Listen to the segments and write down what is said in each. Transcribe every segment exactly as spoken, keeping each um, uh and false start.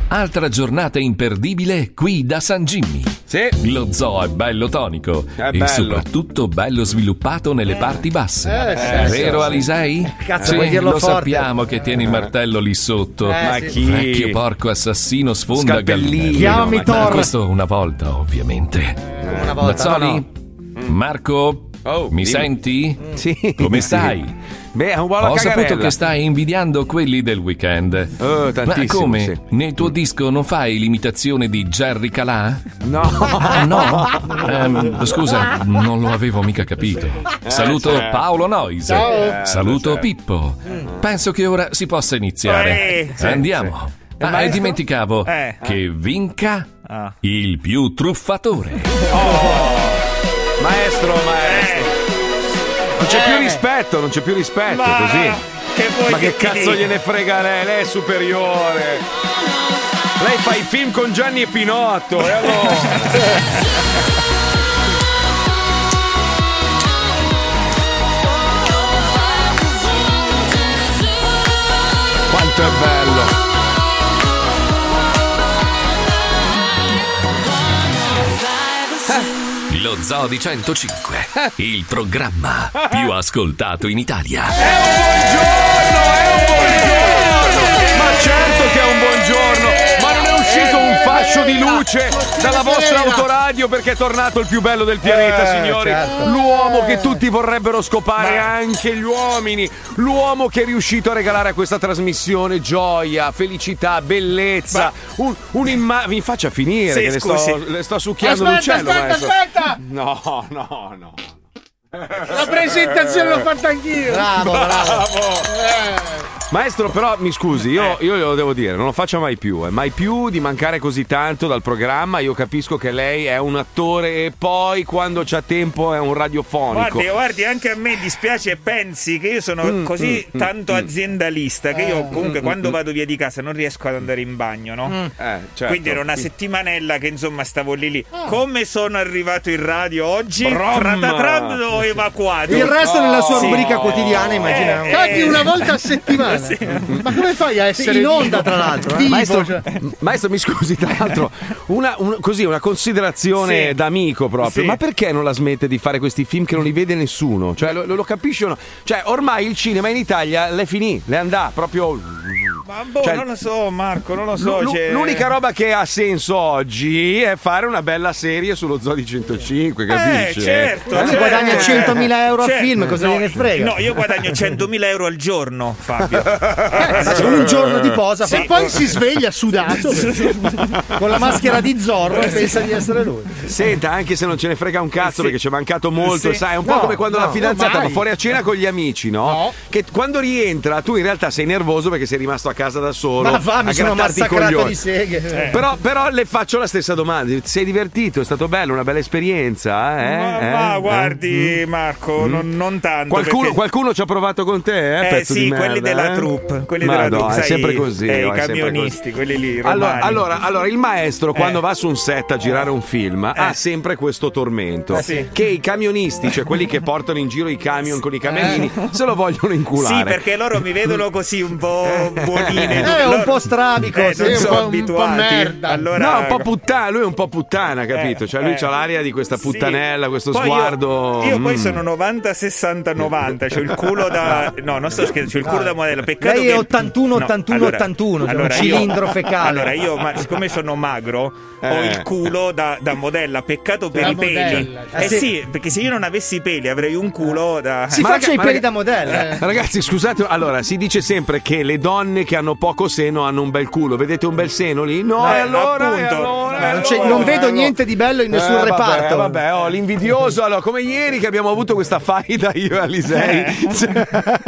Altra giornata imperdibile qui da San Jimmy. Sì. Lo zoo è bello tonico È e bello. soprattutto bello sviluppato nelle parti basse. Eh, sì, Vero, sì, Alisei? Cazzo, Sì, vuoi dirlo lo forte? sappiamo che tieni il martello lì sotto. Eh, Ma sì. chi? Vecchio porco assassino sfonda Scalpellino. galline. Chiamami Ma Thor. questo una volta, ovviamente. Una volta, Mazzoli? no, Marco? Oh, mi dimmi. senti? Sì. Come Sì. stai? Beh, è un buono Ho saputo cagarella. che stai invidiando quelli del weekend. Oh, Ma tantissimo, come? sì. Nel tuo disco non fai l'imitazione di Jerry Calà? No. Ah, no? Ehm, scusa, non lo avevo mica capito. Saluto certo. Paolo Noise. Ciao. Saluto Pippo. Penso che ora si possa iniziare. Eh, sì, Andiamo. Il Ah, e maestro? dimenticavo Eh. che vinca Ah. il più truffatore. Maestro, maestro. Non c'è più rispetto, non c'è più rispetto, Ma così. che vuoi Ma che ti cazzo dica? gliene frega lei? Lei è superiore. Lei fa i film con Gianni e Pinotto, e allora? Quanto è bello. Lo Zoo di centocinque, il programma più ascoltato in Italia. È un buongiorno, è un buongiorno! Ma certo che è un buongiorno! Ma non è uscito un fascio di luce dalla vostra autoradio perché è tornato il più bello del pianeta, Eh, signori! certo. L'uomo che tutti vorrebbero scopare, anche gli uomini! L'uomo che è riuscito a regalare a questa trasmissione gioia, felicità, bellezza, un, un'imma- vi faccia finire, Sì, che le scusi. sto, le sto succhiando Aspetta, l'uccello, aspetta, maestro. aspetta! No, no, no. La presentazione l'ho fatta anch'io. Bravo, bravo. Maestro, però mi scusi, io, io glielo devo dire, non lo faccia mai più, eh. mai più di mancare così tanto dal programma. Io capisco che lei è un attore e poi quando c'ha tempo è un radiofonico. Guardi, guardi, anche a me dispiace e pensi che io sono Mm, così mm, tanto mm, aziendalista che io comunque mm, quando mm. vado via di casa non riesco ad andare in bagno, no? Eh, certo. Quindi era una settimanella che insomma stavo lì lì. Come sono arrivato in radio oggi? Brom! Tratatran, ho evacuato. Il resto nella sua Sì. rubrica quotidiana, immaginiamo. Eh, Caghi eh. una volta a settimana. Sì. Ma come fai a essere in onda, tra l'altro? eh? Maestro, Vivo, cioè. maestro, mi scusi, tra l'altro, una, un- così, una considerazione Sì. d'amico proprio. Sì. Ma perché non la smette di fare questi film che non li vede nessuno? Cioè, lo, lo capisci o no? Cioè, ormai il cinema in Italia le finì, le andà proprio. Ma boh, Cioè, non lo so, Marco, non lo so. L'u- cioè- L'unica roba che ha senso oggi è fare una bella serie sullo Zoo di centocinque, capisci? Eh, certo, Eh, Lui certo. guadagna centomila euro a Certo. film, cosa No, gliene frega? No, io guadagno centomila euro al giorno, Fabio. Eh, un giorno di posa, Sì. ma poi si sveglia sudato con la maschera di Zorro e pensa di essere lui. Senta, anche se non ce ne frega un cazzo Sì. perché ci è mancato molto, Sì. sai, è un po' No, come quando no, la fidanzata mai. va fuori a cena con gli amici, no? No. Che quando rientra tu in realtà sei nervoso perché sei rimasto a casa da solo. Ma va, mi a sono grattarti i massacrato coglioni. di seghe. Però, però le faccio la stessa domanda. Ti sei divertito? È stato bello? Una bella esperienza? Eh? Ma, Eh? ma Eh? guardi, Marco, non, non tanto. Qualcuno, perché- qualcuno ci ha provato con te, eh? Eh pezzo sì, di quelli merda, della eh? troupe, quelli Ma della no, troupe, è sai, sempre così. eh, oh, i è sempre camionisti, così. quelli lì, Allora, romani. allora, allora, il maestro quando Eh. va su un set a girare un film ha sempre questo tormento Eh, sì. che i camionisti, cioè quelli che portano in giro i camion con i camionini, se lo vogliono inculare. Sì, perché loro mi vedono così un po' buonine. Eh, Loro- un po' strabico, eh, sì, non un sono po'- un po' abituati. merda. Allora, No, un po' puttana, lui è un po' puttana, capito? Eh, Cioè lui eh. c'ha l'aria di questa Sì. puttanella, questo Poi io- sguardo. Io, poi mm. sono novanta sessanta novanta, c'ho il culo da. No, non sto scherzando, c'ho il culo da modello. Peccato Lei è che- ottantuno, No, ottantuno, allora- ottantuno, cioè allora un io- cilindro fecale. Allora io, ma siccome sono magro, ho Eh. il culo da, da modella. Peccato per Da i peli. modella, Eh eh, sì. sì. perché se io non avessi i peli avrei un culo da. Si Ma faccia raga- i ma peli raga- da modella. eh. Ragazzi, scusate, allora si dice sempre che le donne che hanno poco seno hanno un bel culo. Vedete un bel seno lì? No, No, e allora, e appunto. allora, e Non Non, c'è- allora, non vedo eh, niente di bello in nessun eh, reparto. Vabbè, vabbè, oh, l'invidioso. Allora, come ieri che abbiamo avuto questa faida io e Alisei. Cioè,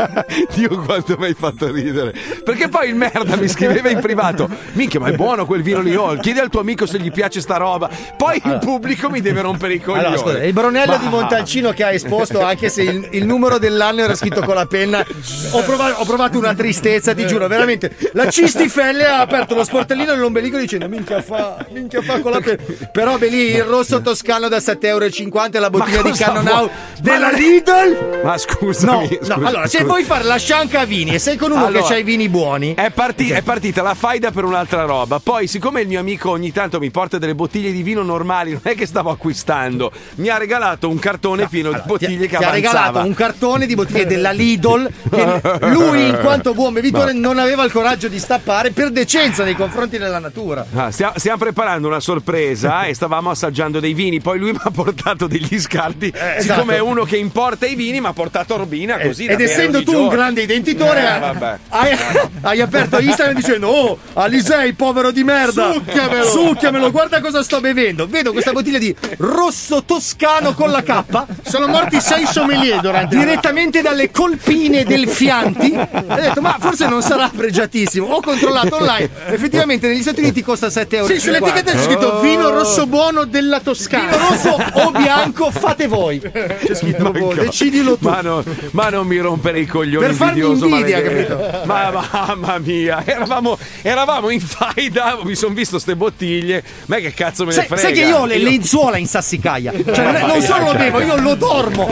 Dio, quanto mi hai fatto ridere. Perché poi il merda mi scriveva in privato: minchia, ma è buono quel vino lì. Oh, chiedi al tuo amico se gli piace sta roba. Poi il pubblico mi deve rompere i coglioni. Allora, scusa, il Brunello Ma- di Montalcino che ha esposto, anche se il, il numero dell'anno era scritto con la penna, ho provato, ho provato una tristezza, ti giuro, veramente effettivamente la Cistifelle ha aperto lo sportellino nell'ombelico dicendo minchia fa, minchia fa con la pe-. Però beh, lì il rosso toscano da sette euro e cinquanta e la bottiglia di Cannonau della Ma- Lidl. Ma scusami, No, scusami, no, allora, se scusami. vuoi fare la scianca a vini e sei con uno Allora, che c'ha i vini buoni, È, parti- è partita la faida per un'altra roba. Poi, siccome il mio amico ogni tanto mi porta delle bottiglie di vino normali, non è che stavo acquistando, mi ha regalato un cartone pieno di bottiglie ti, che ti ha avanzava. regalato un cartone di bottiglie della Lidl che lui, in quanto buon bevitore, non aveva il coraggio di stappare per decenza nei confronti della natura. Ah, stia- stiamo preparando una sorpresa e stavamo assaggiando dei vini. Poi lui mi ha portato degli scarti. Eh, siccome esatto. è uno che importa i vini, mi ha portato robina così. da Ed bere essendo ogni tu un giorno. grande identitore, Eh, vabbè. hai, hai aperto Instagram dicendo: oh, Alisei, povero di merda, Succhiamelo. succhiamelo, guarda cosa sto bevendo. Vedo questa bottiglia di rosso toscano con la K. Sono morti sei sommelier durante Direttamente dalle colpine del Fianti. Ho detto, ma forse non sarà pregiatissimo. Ho controllato online. Effettivamente negli Stati Uniti costa sette euro. Sì, sull'etichetta c'è scritto vino rosso buono della Toscana. Vino rosso o bianco, fate voi. C'è scritto proprio, decidilo tu. Ma, no, ma non mi rompere i coglioni, Per farmi invidioso, invidia, maledetto. capito? Ma mamma mia, eravamo, eravamo in faida, mi sono visto ste bottiglie, ma che cazzo me ne Sai, frega? sai che io ho le lenzuola in Sassicaia. Cioè, non, è- non solo lo bevo, io lo dormo.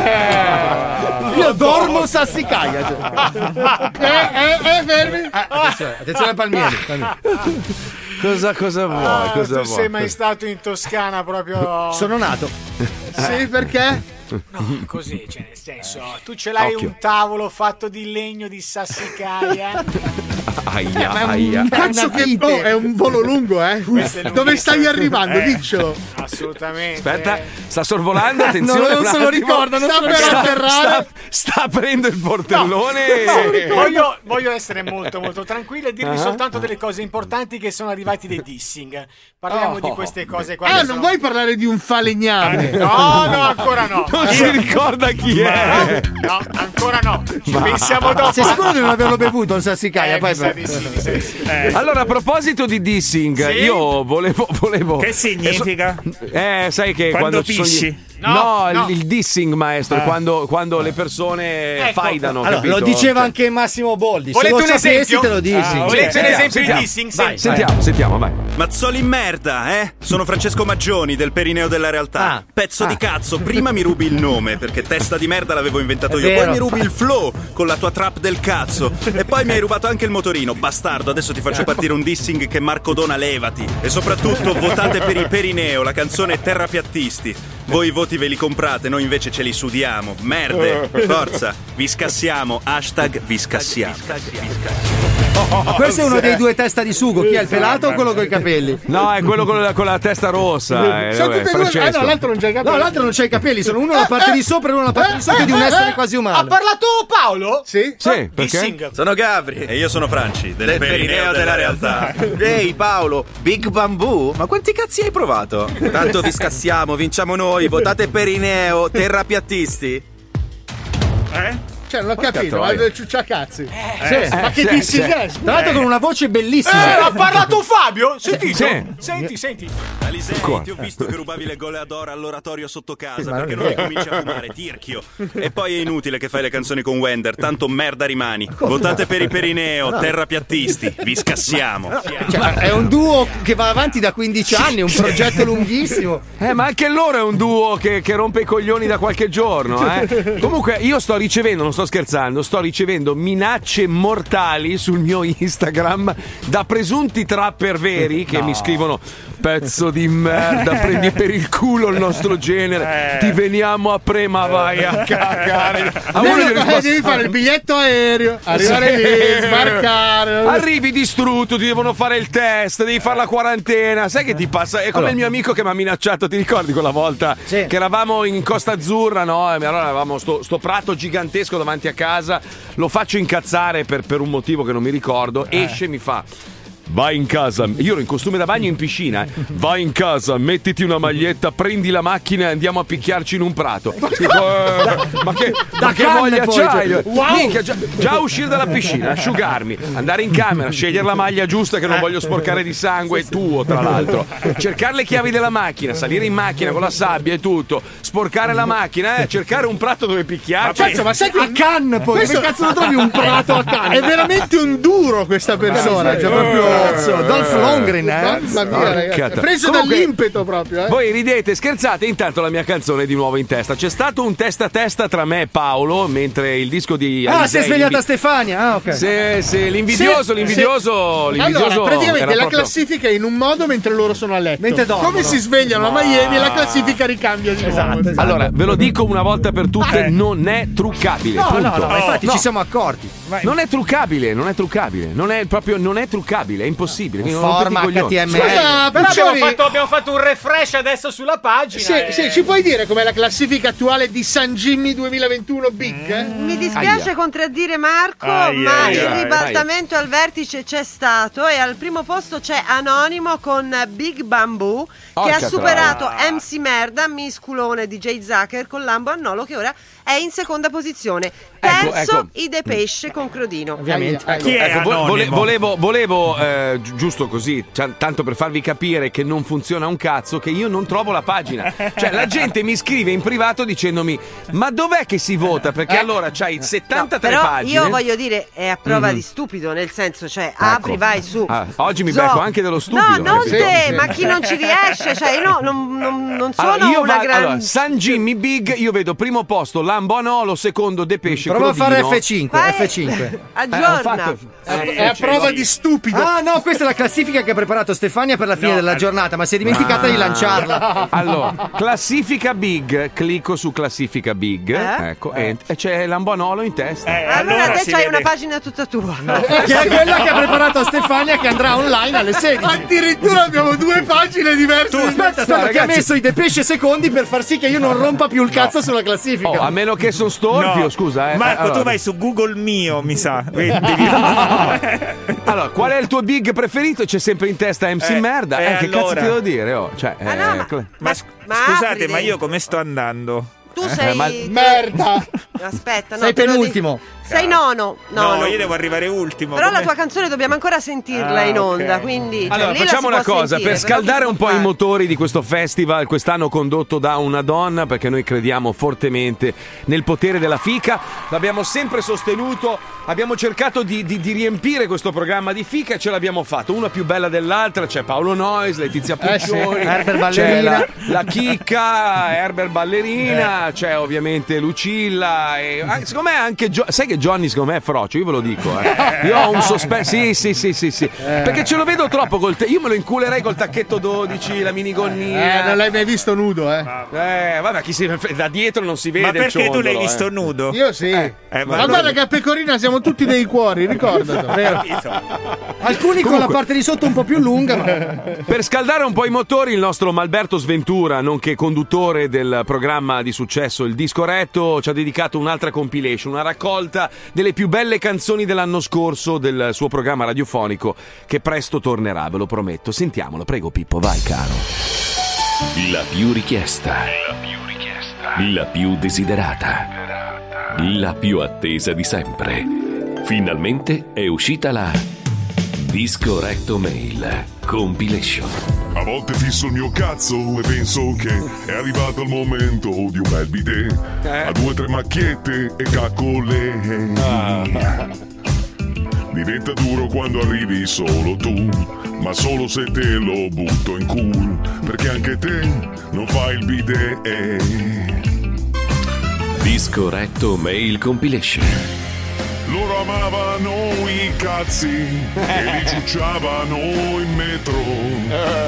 Io dormo Sassicaia. Cioè. Eh, eh, eh, fermi. Attenzione, attenzione ai palmieri. palmieri. Cosa, cosa vuoi? Ah, cosa tu vuoi? sei mai stato in Toscana proprio. Sono nato. Sì, perché? No, così, cioè nel senso, tu ce l'hai Occhio. un tavolo fatto di legno di sassicaia. Aia, Ma è un- aia. Cazzo una che vite. oh, è un volo lungo, eh? Questo è Dove lunghissimo. stai arrivando? Eh. Diccelo. Assolutamente. Aspetta, sta sorvolando, attenzione. Non- non un se lo attimo. ricorda, non sta se lo per ricorda. atterrare. Sta, sta aprendo il portellone. No, voglio, voglio essere molto molto tranquillo e dirvi Ah. soltanto delle cose importanti che sono arrivati dei dissing. Parliamo Oh. di queste cose qua. Ah, che non sono- vuoi parlare di un falegname? No, no, ancora no. Non si ricorda chi è. No, ancora no. Ci pensiamo dopo. Sei sicuro di non averlo bevuto il Sassicaia? Eh, Poi mi sa di sì, mi sa di sì. Allora, a proposito di dissing, Sì? io volevo. volevo Che significa? Eh, sai che Quando quando, ci sono pisci? gli- No, No, no. Il, il dissing, maestro, è quando, quando le persone Ecco. faidano. Allora, capito? lo diceva Cioè- anche Massimo Boldi. Volete Se un lo sapessi esempio? te lo dissi. Ah, Volete un Sentiamo, esempio sentiamo. di dissing? Vai, Sì. Sentiamo, sentiamo, vai. Mazzoli in merda, eh? Sono Francesco Maggioni del Perineo della Realtà. Ah. Pezzo di cazzo, prima mi rubi il nome perché testa di merda l'avevo inventato È io. vero. Poi mi rubi il flow con la tua trap del cazzo. E poi mi hai rubato anche il motorino, bastardo. Adesso ti faccio partire un dissing che Marco Dona levati. E soprattutto votate per il Perineo, la canzone Terrapiattisti. Voi i voti ve li comprate, noi invece ce li sudiamo. Merde, forza, vi scassiamo. Hashtag vi scassiamo. Questo è uno dei due testa di sugo. Chi è il pelato o quello con i capelli? No, è quello con la, con la testa rossa. eh, Sono vabbè, tutte e due. Ah, Francesco. no, l'altro non c'è il No, capello. l'altro non c'ha i capelli, sono uno la parte di sopra e uno la parte di sotto di un essere quasi Ha umano. parlato Paolo? Sì? Sì, perché? Dissing. Sono Gabri e io sono Franci del, Perineo, della Realtà. Ehi Paolo, Big Bamboo? Ma quanti cazzi hai provato? Tanto vi scassiamo, vinciamo noi, votate Perineo, terrapiattisti. Cioè, non ho capito, troia. ma ciucciacazzi. Sì. Ma che sì, dissing sì. è? Tra l'altro con una voce Eh, bellissima. ha parlato Fabio? Sentito? Sì. Senti, senti. Alisei, Ancora. ti ho visto che rubavi le goleador all'oratorio sotto casa ma perché non non è ricominci a fumare, tirchio. E poi è inutile che fai le canzoni con Wender, tanto merda rimani. Votate per i Perineo, terrapiattisti, vi scassiamo. Cioè, è un duo che va avanti da quindici anni, un progetto lunghissimo. Eh, ma anche loro è un duo che, che rompe i coglioni da qualche giorno, eh. Comunque, io sto ricevendo, non sto scherzando, sto ricevendo minacce mortali sul mio Instagram da presunti trapper veri che mi scrivono: pezzo di merda, prendi per il culo il nostro genere, ti veniamo a pre, ma vai a cagare. A uno gli ho Devi, risposto- devi fare il biglietto aereo, arrivare Sì. lì, sbarcare. Arrivi distrutto, ti devono fare il test, devi fare la quarantena. Sai che ti passa? È come Allora. il mio amico che mi ha minacciato, ti ricordi quella volta? Sì. Che eravamo in Costa Azzurra, no? E allora avevamo sto, sto prato gigantesco davanti a casa, lo faccio incazzare per, per un motivo che non mi ricordo, esce e mi fa: vai in casa, io ero in costume da bagno in piscina, eh. vai in casa, mettiti una maglietta, prendi la macchina e andiamo a picchiarci in un prato. Dico, eh, ma che, ma che voglia poi, c'hai? cioè, wow. Minchia, già, già uscire dalla piscina, asciugarmi, andare in camera, scegliere la maglia giusta che non voglio sporcare di sangue, tuo tra l'altro, cercare le chiavi della macchina, salire in macchina con la sabbia e tutto, sporcare la macchina, eh, cercare un prato dove picchiarci. Ma, cazzo, ma sai che a Cannes poi Questo... che cazzo lo trovi un prato a Cannes? È veramente un duro questa persona, cioè proprio Cazzo, Dolph Lundgren, eh? Mamma mia, ragazzi, è preso Comunque, dall'impeto proprio, eh. Voi ridete, scherzate, intanto la mia canzone è di nuovo in testa. C'è stato un testa a testa tra me e Paolo, mentre il disco di Ah, Alisei, si è svegliata l'invi- Stefania. Ah, ok. Sì, sì, l'invidioso, Sì, l'invidioso, sì. l'invidioso. Allora, praticamente era la proprio... classifica è in un modo mentre loro sono a letto. Mentre dormono. Come si svegliano a Miami e la classifica ricambia di Esatto, nuovo. esatto. Allora, ve lo dico una volta per tutte, non è truccabile. No, punto. no, no, ma infatti No. ci siamo accorti. Non è truccabile, non è truccabile, non è proprio, non è truccabile, è impossibile. quindi non Forma rompete i coglioni. H T M L. Scusa, Però abbiamo Puccioni, fatto, abbiamo fatto un refresh adesso sulla pagina. sì, e- sì, ci puoi dire com'è la classifica attuale di San Jimmy duemilaventuno Big? eh? Mi dispiace Aia. contraddire Marco, Aia, ma aia, il aia. ribaltamento al vertice c'è stato e al primo posto c'è Anonimo con Big Bamboo che Porca ha superato troia. M C Merda, Misculone di Jay Zucker con Lambo Annolo che ora è in seconda posizione. Ecco, Terzo ecco. I Depeche con Crodino. Ovviamente. Aia, aia. Chi è Ecco, vo- vole- anonimo? volevo, volevo eh, gi- giusto così, cioè, tanto per farvi capire che non funziona un cazzo, che io non trovo la pagina. Cioè, la gente mi scrive in privato dicendomi: ma dov'è che si vota? Perché allora c'hai No, settantatré però pagine. io voglio dire è a prova Mhm. di stupido, nel senso, cioè apri, vai su. Ah, oggi mi Zo- becco anche dello stupido. No, non Sì, te, sì. ma chi non ci riesce, cioè io no, non, non, non sono Allora, io una vado- grande. allora, San Jimmy Big, io vedo primo posto Lambo Anolo, secondo Depeche Prova a fare Crodino. F cinque. Vai- F cinque. Eh, ho Aggiorna. fatto- È a prova di stupido. Ah no, questa è la classifica che ha preparato Stefania per la fine No, della al- giornata, ma si è dimenticata di lanciarla. Allora, classifica Big, clicco su classifica Big, Eh? ecco, e, e c'è Lambo Anolo in testa. Eh, Allora, te si c'hai vede- una pagina tutta tua. Che è quella che ha preparato Stefania che andrà online alle sedici. Addirittura abbiamo due pagine diverse. Aspetta, aspetta, che ha ragazzi- messo i Depeche secondi per far sì che io non rompa più il cazzo sulla classifica. Oh, a meno che sono storpio, No. scusa, eh. Marco, allora, tu vai su Google Mio, mi sa. Devi- allora, qual è il tuo big preferito? C'è sempre in testa M C Eh, Merda. eh, Eh, che cazzo allora. ti devo dire? Oh, cioè, Ah, eh, no, ma- cl- Ma, sc- Ma scusate, apri ma io dentro. come sto andando? Tu sei. ma- tu- Merda. Aspetta, no. Sei te lo penultimo. dico. Sei nono. No, No, io devo arrivare ultimo. Però come- la tua canzone dobbiamo ancora sentirla Ah, in onda, ok. quindi. cioè, Allora, lì la facciamo si una può cosa, sentire, per però scaldare chi si un può po' i fare? motori di questo festival, quest'anno condotto da una donna, perché noi crediamo fortemente nel potere della fica, l'abbiamo sempre sostenuto, abbiamo cercato di, di- di riempire questo programma di fica e ce l'abbiamo fatto, una più bella dell'altra, c'è Paolo Noyes, Letizia Puccioni, Herbert c'è la, Ballerina. la Chicca, Herbert Ballerina, c'è ovviamente Lucilla, e, ah, secondo me anche, Gio- sai che Johnny secondo me è frocio, io ve lo dico, eh. Io ho un sospeso, sì sì sì sì, sì. perché ce lo vedo troppo col te- io me lo inculerei col tacchetto dodici, la minigonnina. Eh, non l'hai mai visto nudo, eh? Eh, vabbè, chi si, da dietro non si vede. Ma il perché tu l'hai ciondolo, visto eh. nudo? Io sì. Eh, ma ma guarda allora- che a Pecorina siamo tutti dei cuori, ricordatelo. Alcuni con la parte di sotto un po' più lunga, ma Per scaldare un po' i motori, il nostro Malberto Sventura, nonché conduttore del programma di successo Il Disco Retto, ci ha dedicato un'altra compilation, una raccolta delle più belle canzoni dell'anno scorso del suo programma radiofonico, che presto tornerà, ve lo prometto. Sentiamolo, prego Pippo, vai caro. La più richiesta. La più richiesta. La più desiderata. La più attesa di sempre. Finalmente è uscita la Disco Retto Mail Compilation. A volte fisso il mio cazzo e penso che è arrivato il momento di un bel bidet. A due o tre macchiette e caccole. Diventa duro quando arrivi solo tu, ma solo se te lo butto in culo, perché anche te non fai il bidet. Disco Retto Mail Compilation. Loro amavano i cazzi e li ciucciavano in metro per poi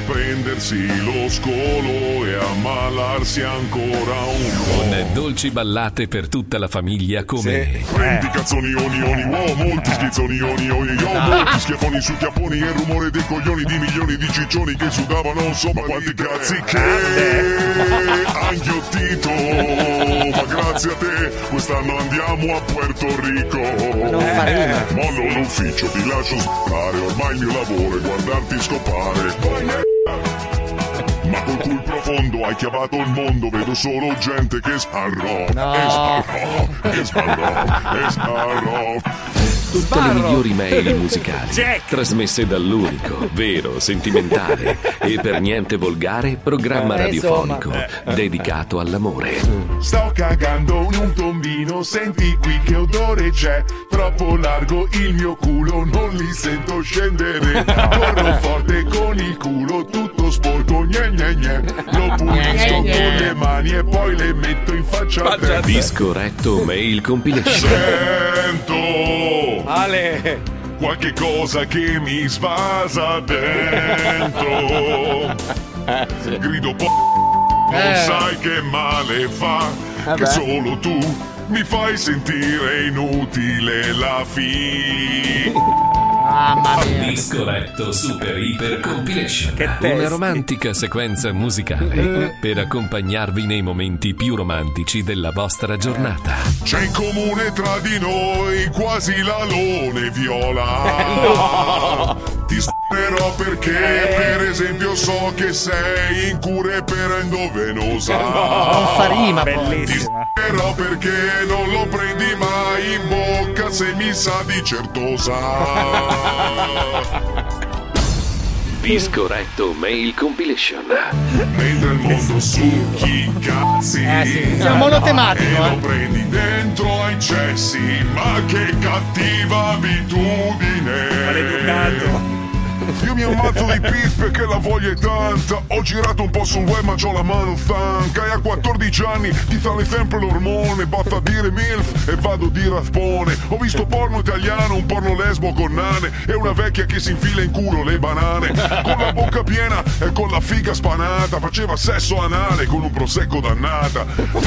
poi prendersi lo scolo e ammalarsi ancora un po'. Con dolci ballate per tutta la famiglia come Prendi cazzoni oni oni wow, molti schizzoni oni oni yo, molti schiaffoni su chiapponi e il rumore dei coglioni di milioni di ciccioni che sudavano sopra quanti cazzi che ha inghiottito. Ma grazie a te quest'anno andiamo a Puerto Rico. Mollo l'ufficio, ti lascio sparare, ormai il mio lavoro è guardarti scopare. Poi me- Ma col culo profondo hai chiavato il mondo, vedo solo gente che sparrò, No. e sparrò, e sparrò, e sparrò. tutte le migliori mail musicali trasmesse dall'unico, vero, sentimentale e per niente volgare programma Eh, radiofonico insomma. dedicato all'amore. Sto cagando in un tombino, senti qui che odore c'è. Troppo largo il mio culo, non li sento scendere. Corro forte con il culo, tutto sporco, gne gne gne. Lo pulisco con le mani e poi le metto in faccia a te. Disco Retto Mail Compilation. Sento Ale qualche cosa che mi svasa dentro. Grido po', non Eh. sai che male fa, Vabbè. che solo tu mi fai sentire inutile la fi. Mamma mia. Disco Retto Super Iper Compilation. Che Una testi. romantica sequenza musicale per accompagnarvi nei momenti più romantici della vostra giornata. C'è in comune tra di noi quasi l'alone viola. No. Ti sperò perché, per esempio, so che sei in cure per endovenosa. Non fa rima, poi. Ti sperò perché non lo prendi mai in bocca se mi sa di certosa. Disco Retto Mail Compilation. Mentre il mondo succhi i cazzi. Eh, sì. Siamo monotematico, E eh. lo prendi dentro ai cessi. Ma che cattiva abitudine. Maleducato. Io mi ammazzo di pis perché la voglia è tanta. Ho girato un po' sul web ma c'ho la mano stanca. E a quattordici anni ti sale sempre l'ormone. Basta dire milf e vado di raspone. Ho visto porno italiano, un porno lesbo con nane e una vecchia che si infila in culo le banane. Con la bocca piena e con la figa spanata. Faceva sesso anale con un prosecco dannata.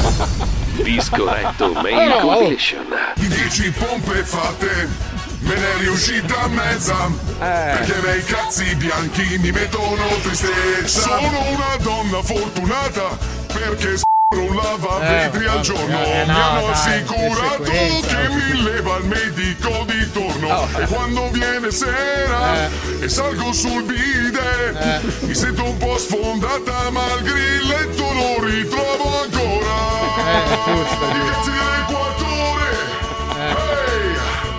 Disco Retto Mail Oh. Compilation. Dieci pompe fatte, me ne è riuscita mezza. Perché nei cazzi bianchi mi mettono tristezza. Sono una donna fortunata perché s***o un lavavetri Eh, al giorno. eh, no, Mi hanno dai, assicurato che sequenza. che mi leva il medico di torno. Oh. E quando viene sera e salgo sul bide mi sento un po' sfondata, ma il grilletto lo ritrovo ancora. Ragazzi dell'Equatore, ehi,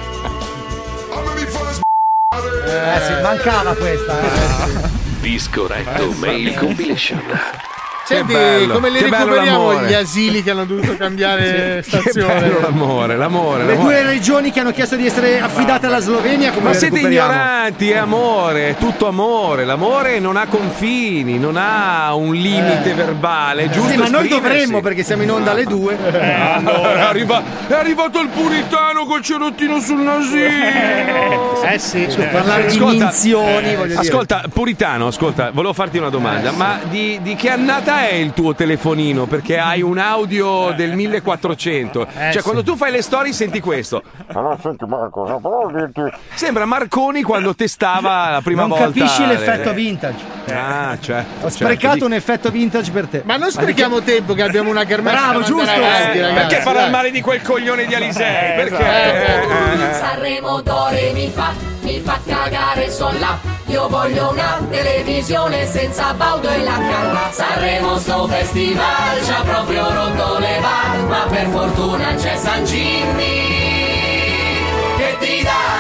a me mi fa Eh sì, mancava questa. Eh. Disco Retto Mail Compilation. Senti, Che bello, come li che bello recuperiamo l'amore. gli asili che hanno dovuto cambiare Che stazione? bello l'amore, l'amore, Le l'amore. due regioni che hanno chiesto di essere affidate alla Slovenia, come Ma le siete recuperiamo? ignoranti, è amore, è tutto amore. L'amore non ha confini, non ha un limite verbale, è giusto? Sì, ma noi esprimersi. dovremmo perché siamo in onda alle due. Allora, è, arriva- è arrivato il puritano col cerottino sul nasino. Eh sì, parlare di Ascolta, minzioni, voglio dire. Ascolta, puritano, ascolta, volevo farti una domanda, ma di, di che annata è il tuo telefonino? Perché hai un audio del millequattrocento. Cioè, sì. quando tu fai le storie senti questo. Allora, senti Marco, non volevo dirti... Sembra Marconi quando testava la prima non volta. capisci le- l'effetto vintage. Ah, cioè. Ho sprecato un effetto vintage per te. Ma non sprechiamo tempo che abbiamo una kermesse. Bravo, da giusto. mandare avanti, Eh, ragazzi, Perché parlare dai. male di quel coglione di Alisei? Perché? Sanremo d'ore mi fa, mi fa cagare son là. Io voglio una televisione senza Baudo e la canna. Sanremo sto festival ci ha proprio rotto le balle, ma per fortuna c'è San Jimmy che ti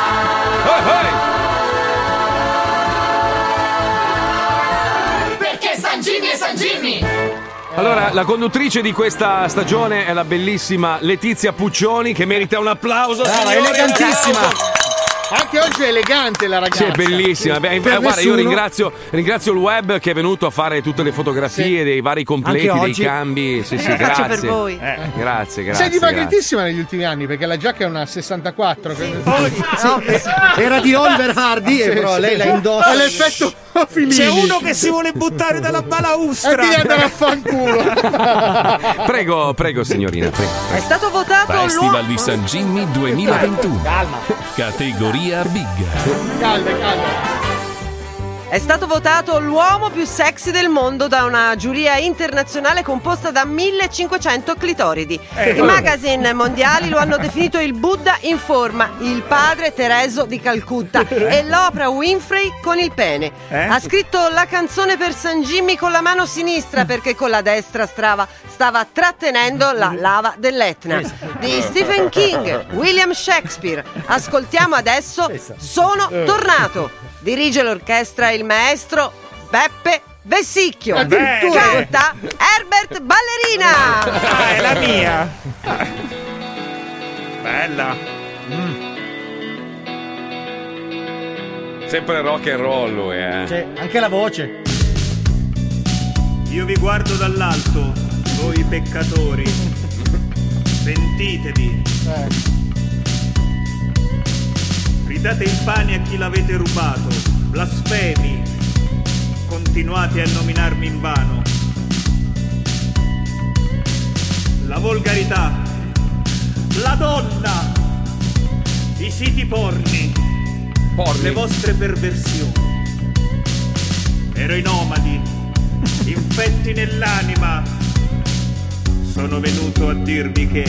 dà. Perché San Jimmy è San Jimmy. Allora, la conduttrice di questa stagione è la bellissima Letizia Puccioni, che merita un applauso. Brava, signore, elegantissima. un applauso. Anche oggi è elegante la Sì, ragazza. è bellissima. Beh, Per guarda, io nessuno. ringrazio, ringrazio il web che è venuto a fare tutte le fotografie Sì. dei vari completi, Anche dei oggi. cambi. Sì, sì, Grazie grazie. per voi. Eh, Grazie, grazie. Sei grazie. dimagrantissima negli ultimi anni perché la giacca è una sessantaquattro. No, eh, era di Oliver Hardy, e però lei la indossa. È l'effetto, C'è uno che si vuole buttare dalla balaustra. E devi andare a fanculo. Prego, prego, signorina. Prego. È stato votato Festival l'uomo. di San Jimmy duemilaventuno. Calma. Categoria Big. Calma, calma. È stato votato l'uomo più sexy del mondo da una giuria internazionale composta da millecinquecento clitoridi. I magazine mondiali lo hanno definito il Buddha in forma, il padre Tereso di Calcutta e l'Oprah Winfrey con il pene. Eh? Ha scritto la canzone per San Jimmy con la mano sinistra perché con la destra stava, stava trattenendo la lava dell'Etna. Di Stephen King, William Shakespeare. Ascoltiamo adesso Sono tornato. Dirige l'orchestra il maestro Beppe Vessicchio. Addirittura. Canta Herbert Ballerina. Ah, è la mia. Bella. Sempre rock and roll lui, eh. C'è anche la voce. Io vi guardo dall'alto, voi peccatori. Pentitevi. Ridate il pane a chi l'avete rubato. Blasfemi. Continuate a nominarmi in vano. La volgarità, la donna, i siti porni, Porni. le vostre perversioni. Ero i nomadi, infetti nell'anima. Sono venuto a dirvi che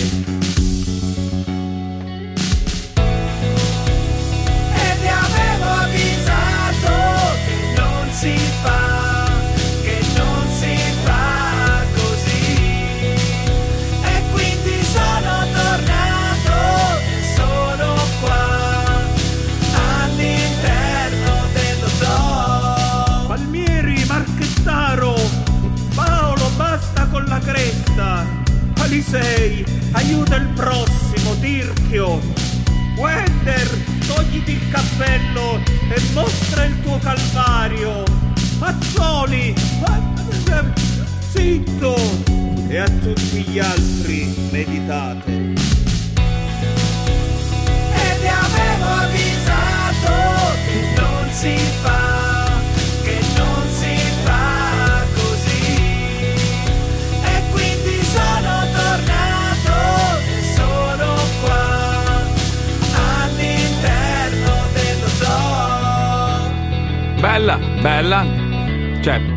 E ti avevo avvisato che non si fa, che non si fa così. E quindi sono tornato e sono qua all'interno dello zoo. Palmieri, Marchettaro, Paolo, basta con la cresta. Alisei, aiuta il prossimo, Tirchio. Wender, togliti il cappello e mostra il tuo calvario. Mazzoli, eh, zitto. E a tutti gli altri meditate. E ti avevo avvisato che non si fa, che non si fa così. E quindi sono tornato e sono qua all'interno dello zoo. Bella, bella. Cioè,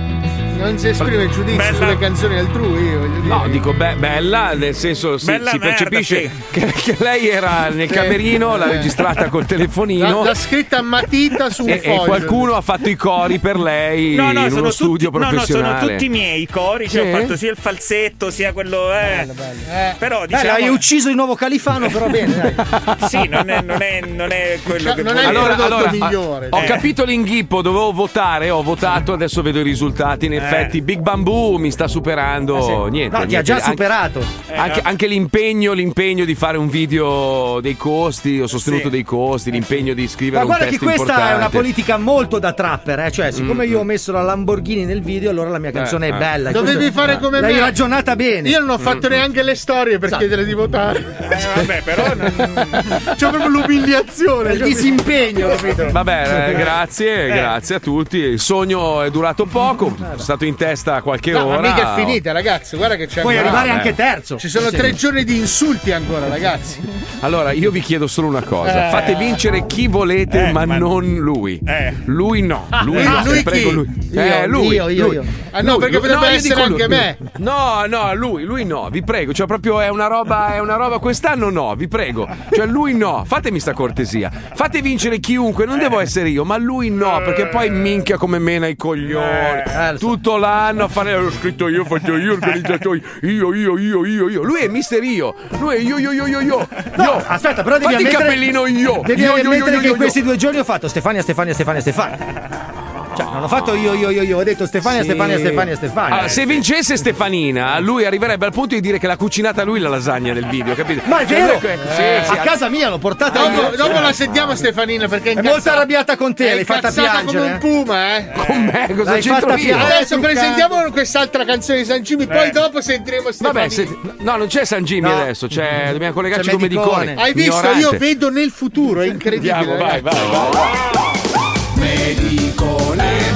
Non si esprime giudizio Bella. sulle canzoni altrui, voglio dire. no, dico be- bella, nel senso si, Bella si merda, percepisce sì. che, che lei era nel Sì. camerino, l'ha Eh. registrata col telefonino. L'ha, l'ha scritta a matita su un E, e foglio. qualcuno ha fatto i cori per lei No, no, in sono uno studio tutti, no, no, professionale. sono tutti miei i cori. Cioè, Sì? ho fatto sia il falsetto sia quello. Eh. Eh. Però Beh, diciamo. hai ucciso il nuovo califano, però bene, dai. Sì, non è, non è, non è quello che Non vuole. è il Allora, prodotto allora, migliore. ho Eh. capito l'inghippo, dovevo votare, ho votato, adesso vedo i risultati. In effetti, Big Bamboo mi sta superando. Niente, No, ti ha niente. già Anche- superato. Anche, anche l'impegno, l'impegno di fare un video dei costi, ho sostenuto Sì. dei costi, l'impegno di scrivere Ma un guarda che testo questa importante. è una politica molto da trapper, eh? Cioè, siccome io ho messo la Lamborghini nel video, allora la mia canzone Eh, è eh. bella. Dovevi Questo- fare come L'hai me. ragionata bene. Io non ho fatto neanche le storie per chiedere di votare. Eh, vabbè, però. Non... C'è proprio l'umiliazione. Il disimpegno, capito? Vabbè, eh, grazie, grazie a tutti. Il sogno è durato poco, sono stato in testa qualche No, ora. ma mica è finita, ragazzi. Guarda che c'è Puoi ancora. arrivare eh. anche terzo. Ci sono Sì. tre giorni di insulti ancora, ragazzi. Allora, io vi chiedo solo una cosa: Eh. fate vincere chi volete, Eh, ma, ma- non lui. Eh. Lui no, lui lui- no, lui te prego chi? lui. Io, eh, lui, io, io, lui. io. Ah, no, Lui, perché lui- potrebbe io essere dico anche lui. me. No, no, lui, lui no, vi prego. Cioè, proprio è una roba, è una roba. Quest'anno no, vi prego. Cioè, lui no, fatemi sta cortesia. Fate vincere chiunque, non devo essere io, ma lui no, perché poi minchia come mena i coglioni. Eh, lo so. Tutto l'anno a fare. L'ho scritto io, ho fatto io, organizzatori. Io, io, io, io, io. Lui è mister io. Lui è io, io, io, io, io. No, Io. aspetta, però devi Fatti il ammettere. cappellino io. Devi Io, io, io, ammettere io, che io, in questi io. due giorni ho fatto Stefania, Stefania, Stefania, Stefania. Cioè, non ho fatto io, io, io, io. Ho detto Stefania, Sì. Stefania, Stefania, Stefania. Allora, se vincesse Stefanina, lui arriverebbe al punto di dire che l'ha cucinata lui la lasagna del video, capito? Ma è Cioè, vero? lui- sì, sì, a casa mia l'ho portata Dopo, io. dopo la sentiamo Stefanina perché È molto arrabbiata con te, è l'hai fatta incazzata piangere. come un puma, eh. con me, cosa L'hai c'entro fatta io? piangere. Adesso più presentiamo quest'altra canzone di San Jimmy, poi dopo sentiremo Stefanina. Vabbè, se- no, non c'è San Jimmy No. adesso, c'è, dobbiamo collegarci C'è come Medicone. Medicone. Hai visto? Ignorante. Io vedo nel futuro, è incredibile. Andiamo, vai, ragazzi. vai, vai. Medicone.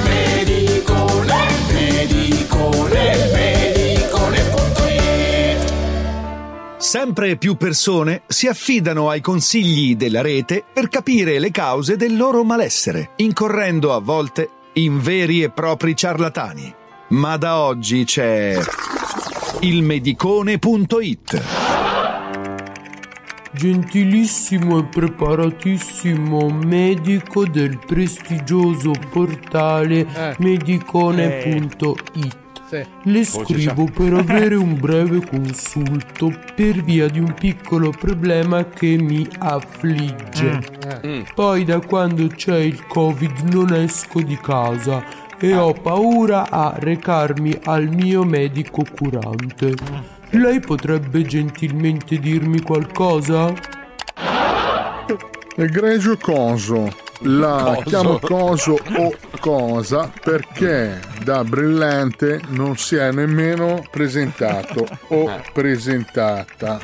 Sempre più persone si affidano ai consigli della rete per capire le cause del loro malessere, incorrendo a volte in veri e propri ciarlatani. Ma da oggi c'è il medicone punto it. Gentilissimo e preparatissimo medico del prestigioso portale Eh. medicone punto it. Sì. Le scrivo per avere un breve consulto per via di un piccolo problema che mi affligge. Mm. Poi da quando c'è il Covid non esco di casa e ho paura a recarmi al mio medico curante. Lei potrebbe gentilmente dirmi qualcosa? Egregio coso, la Coso. chiamo coso o cosa perché da brillante non si è nemmeno presentato o presentata.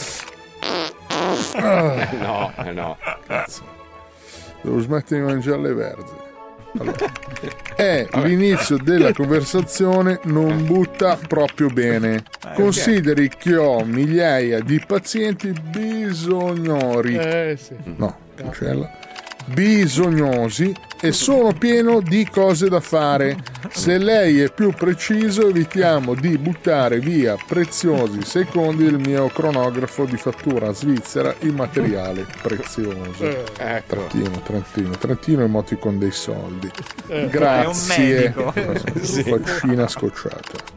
Ah. No, eh no. Cazzo. Devo smettere di mangiare le verze. Allora, è l'inizio della conversazione, non butta proprio bene. Consideri che ho migliaia di pazienti bisognori. Eh, sì. No, cancella. Bisognosi e sono pieno di cose da fare. Se lei è più preciso, evitiamo di buttare via preziosi secondi del mio cronografo di fattura svizzera in materiale prezioso. Eh, ecco. Trentino, Trentino, Trentino emoticon dei soldi. Eh, Grazie. è un medico. Sì. Faccina scocciata.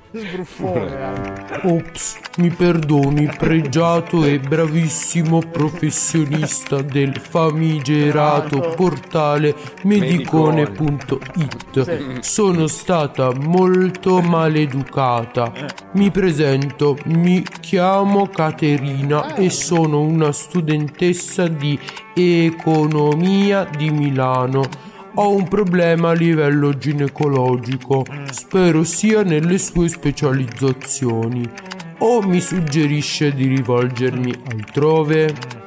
Ops, mi perdoni, pregiato e bravissimo professionista del famigerato portale medicone punto it. Sono stata molto maleducata. Mi presento, mi chiamo Caterina e sono una studentessa di economia di Milano. Ho un problema a livello ginecologico, spero sia nelle sue specializzazioni. O mi suggerisce di rivolgermi altrove?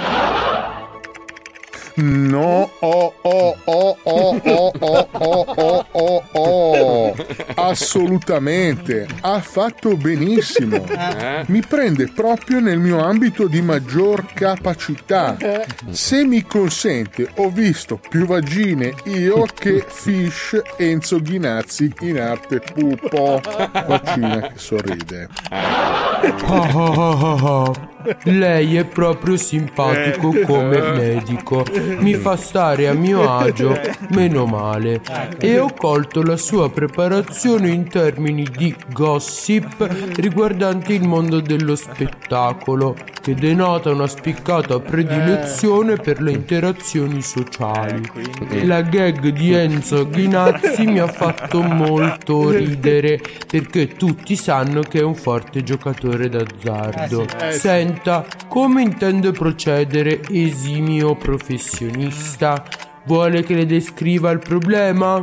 No, oh, oh, oh, oh, oh, oh, oh, oh, oh, oh. Assolutamente, ha fatto benissimo. Mi prende proprio nel mio ambito di maggior capacità. Se mi consente, ho visto più vagine io che Fish Enzo Ghinazzi in arte pupo. Faccina che sorride. Ah, ah, ah, ah. Lei è proprio simpatico come medico, mi fa stare a mio agio, meno male. E ho colto la sua preparazione in termini di gossip riguardanti il mondo dello spettacolo, che denota una spiccata predilezione per le interazioni sociali. La gag di Enzo Ghinazzi mi ha fatto molto ridere, perché tutti sanno che è un forte giocatore d'azzardo. Senti, come intende procedere, esimio professionista? Vuole che le descriva il problema?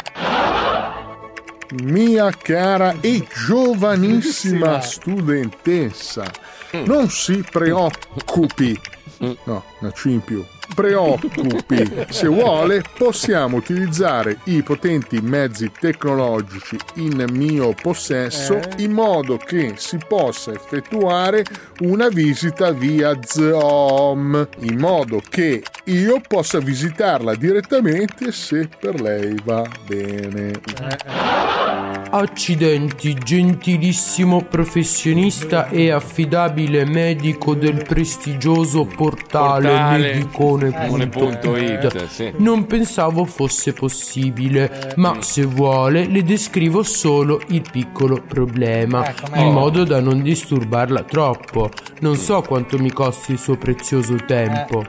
Mia cara e giovanissima studentessa, non si preoccupi. No, una C in più. Preoccupi. Se vuole, possiamo utilizzare i potenti mezzi tecnologici in mio possesso in modo che si possa effettuare una visita via Zoom, in modo che io possa visitarla direttamente se per lei va bene. Accidenti, gentilissimo professionista e affidabile medico del prestigioso portale, Portale medicone punto it. sì. Non pensavo fosse possibile, ma se vuole le descrivo solo il piccolo problema, in modo da non disturbarla troppo. Non so quanto mi costi il suo prezioso tempo.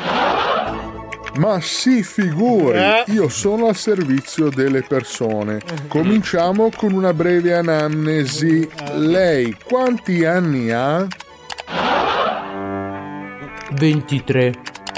Ma si figuri, io sono al servizio delle persone. Cominciamo con una breve anamnesi. Lei quanti anni ha? ventitré.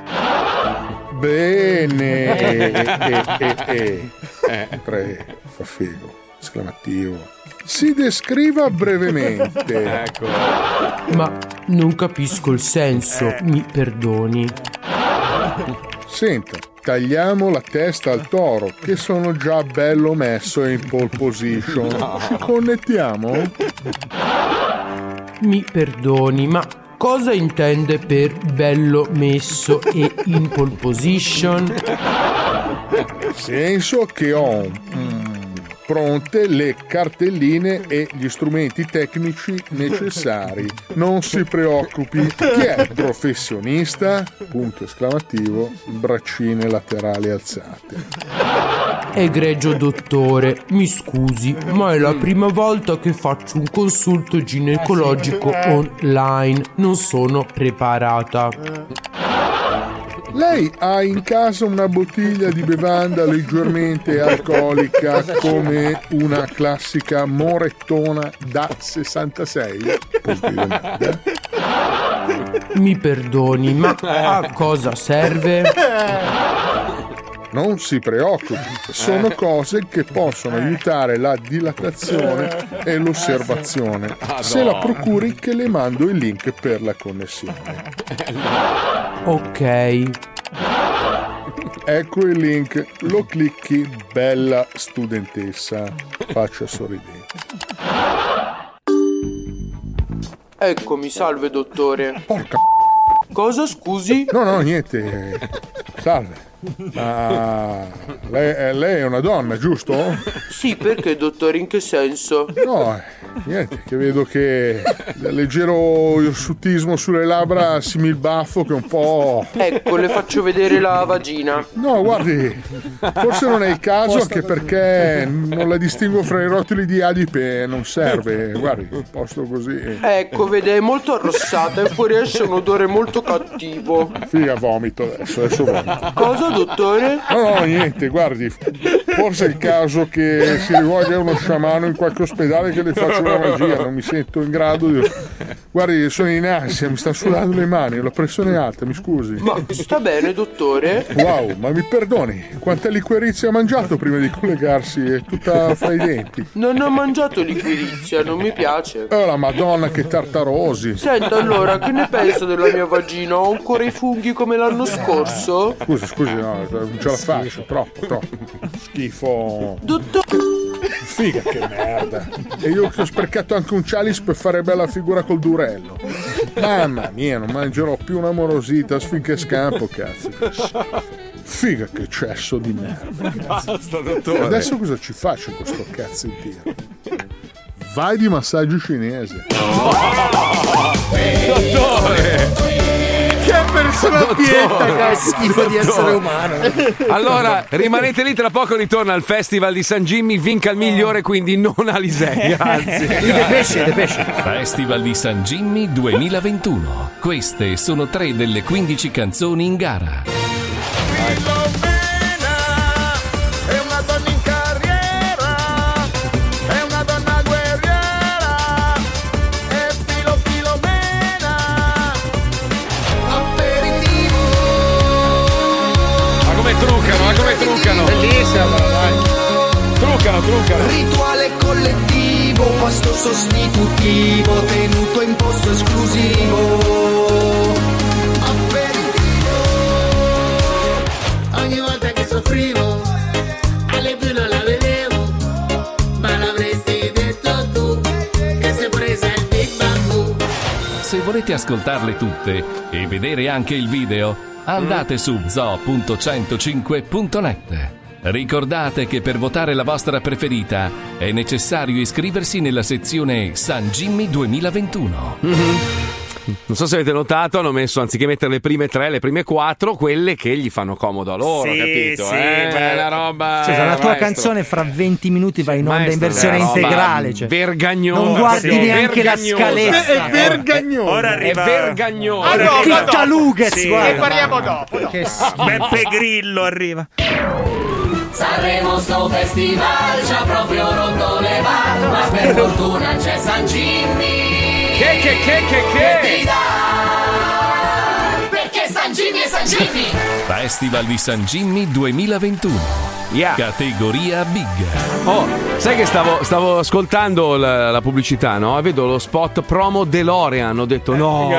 Bene. E, e, e, e. Tre, fa figo, esclamativo. Si descriva brevemente. Ecco. Ma non capisco il senso, mi perdoni. Senta, tagliamo la testa al toro, che sono già bello messo in pole position. Ci connettiamo? Mi perdoni, ma cosa intende per bello messo e in pole position? Nel senso che ho mm, pronte le cartelline e gli strumenti tecnici necessari. Non si preoccupi, chi è professionista? Punto esclamativo, braccine laterali alzate. Egregio dottore, mi scusi, ma è la prima volta che faccio un consulto ginecologico online. Non sono preparata. Lei ha in casa una bottiglia di bevanda leggermente alcolica come una classica morettona da sessantasei? Mi perdoni, ma a cosa serve? Non si preoccupi, sono cose che possono aiutare la dilatazione e l'osservazione. Se la procuri che le mando il link per la connessione. Ok. Ecco il link, lo clicchi, bella studentessa, faccia sorridente. Eccomi, salve dottore. Porca cosa, scusi? No, no, niente. Salve. Ma lei, lei è una donna, giusto? Sì, perché dottore, in che senso? No, niente, che vedo che leggero irsutismo sulle labbra simil baffo che un po'... Ecco, le faccio vedere la vagina. No, guardi, forse non è il caso, anche perché non la distingo fra i rotoli di adipe, non serve. Guardi, posto così. Ecco, vede, è molto arrossata e fuoriesce un odore molto cattivo. Figa, vomito adesso, adesso vomito. Cosa, dottore? No, no, niente, guardi, forse è il caso che si rivolga a uno sciamano in qualche ospedale che le faccia una magia, non mi sento in grado di... Guardi, sono in ansia, mi stanno sudando le mani, ho la pressione alta, mi scusi. Ma sta bene, dottore? Wow, ma mi perdoni, quanta liquirizia ha mangiato prima di collegarsi? È tutta fra i denti. Non ho mangiato liquirizia, non mi piace. Oh, la madonna, che tartarosi. Senta, allora, che ne pensa della mia vagina? Ho ancora i funghi come l'anno scorso? Scusi, scusi, no, non ce la faccio, troppo, troppo. Schifo. Dottore... Figa, che merda. E io che ho sprecato anche un chalice per fare bella figura col durello. Mamma mia, non mangerò più una morosita finché scampo, cazzo. Figa, che cesso di merda. Basta, dottore. Adesso cosa ci faccio con sto cazzo in tiro? Vai di massaggio cinese. Oh, dottore! Che persona pietta, che schifo di essere umano. Allora, rimanete lì, tra poco ritorna al Festival di San Jimmy, vinca il migliore, quindi non Alisei, grazie. Depesce, depesce. Festival di San Jimmy duemilaventuno. Queste sono tre delle quindici canzoni in gara. È una donna in carriera, è una donna guerriera, è filo filomena. Aperitivo. Ma come truccano, ma come truccano? Bellissima, dai. Truccano, truccano. Rituale collettivo, pasto sostitutivo, tenuto in posto esclusivo. Aperitivo. Ogni volta che soffrivo, alle più non la vedevo, ma l'avresti detto tu, che sei presa il Big Bamboo. Se volete ascoltarle tutte e vedere anche il video, andate su zoo punto centocinque punto net. Ricordate che per votare la vostra preferita è necessario iscriversi nella sezione San Jimmy duemilaventuno. Mm-hmm. Non so se avete notato, hanno messo, anziché mettere le prime tre, le prime quattro, quelle che gli fanno comodo a loro, sì, capito? Sì, eh, bella roba. Cioè, eh, la tua maestro. canzone fra venti minuti va in onda Maestro, in versione roba integrale. Cioè. Vergagnosa. Non guardi sì. neanche Vergagnosa. la scaletta. È vergagnoso. Ora arriva... È vergagnosa. Ah, no, Che dopo. Calughez, Sì. guarda. Ne parliamo dopo. dopo. Che schifo. Beppe Grillo arriva. Sanremo sto festival ci ha proprio rotto le balle, ma per fortuna c'è San Jimmy Che, che, che, che, che? ti dà, perché San Jimmy è San Jimmy. Festival di San Jimmy duemilaventuno. Yeah. Categoria Big. Oh, sai che stavo, stavo ascoltando la, la pubblicità, no? E vedo lo spot promo DeLorean. Ho detto no,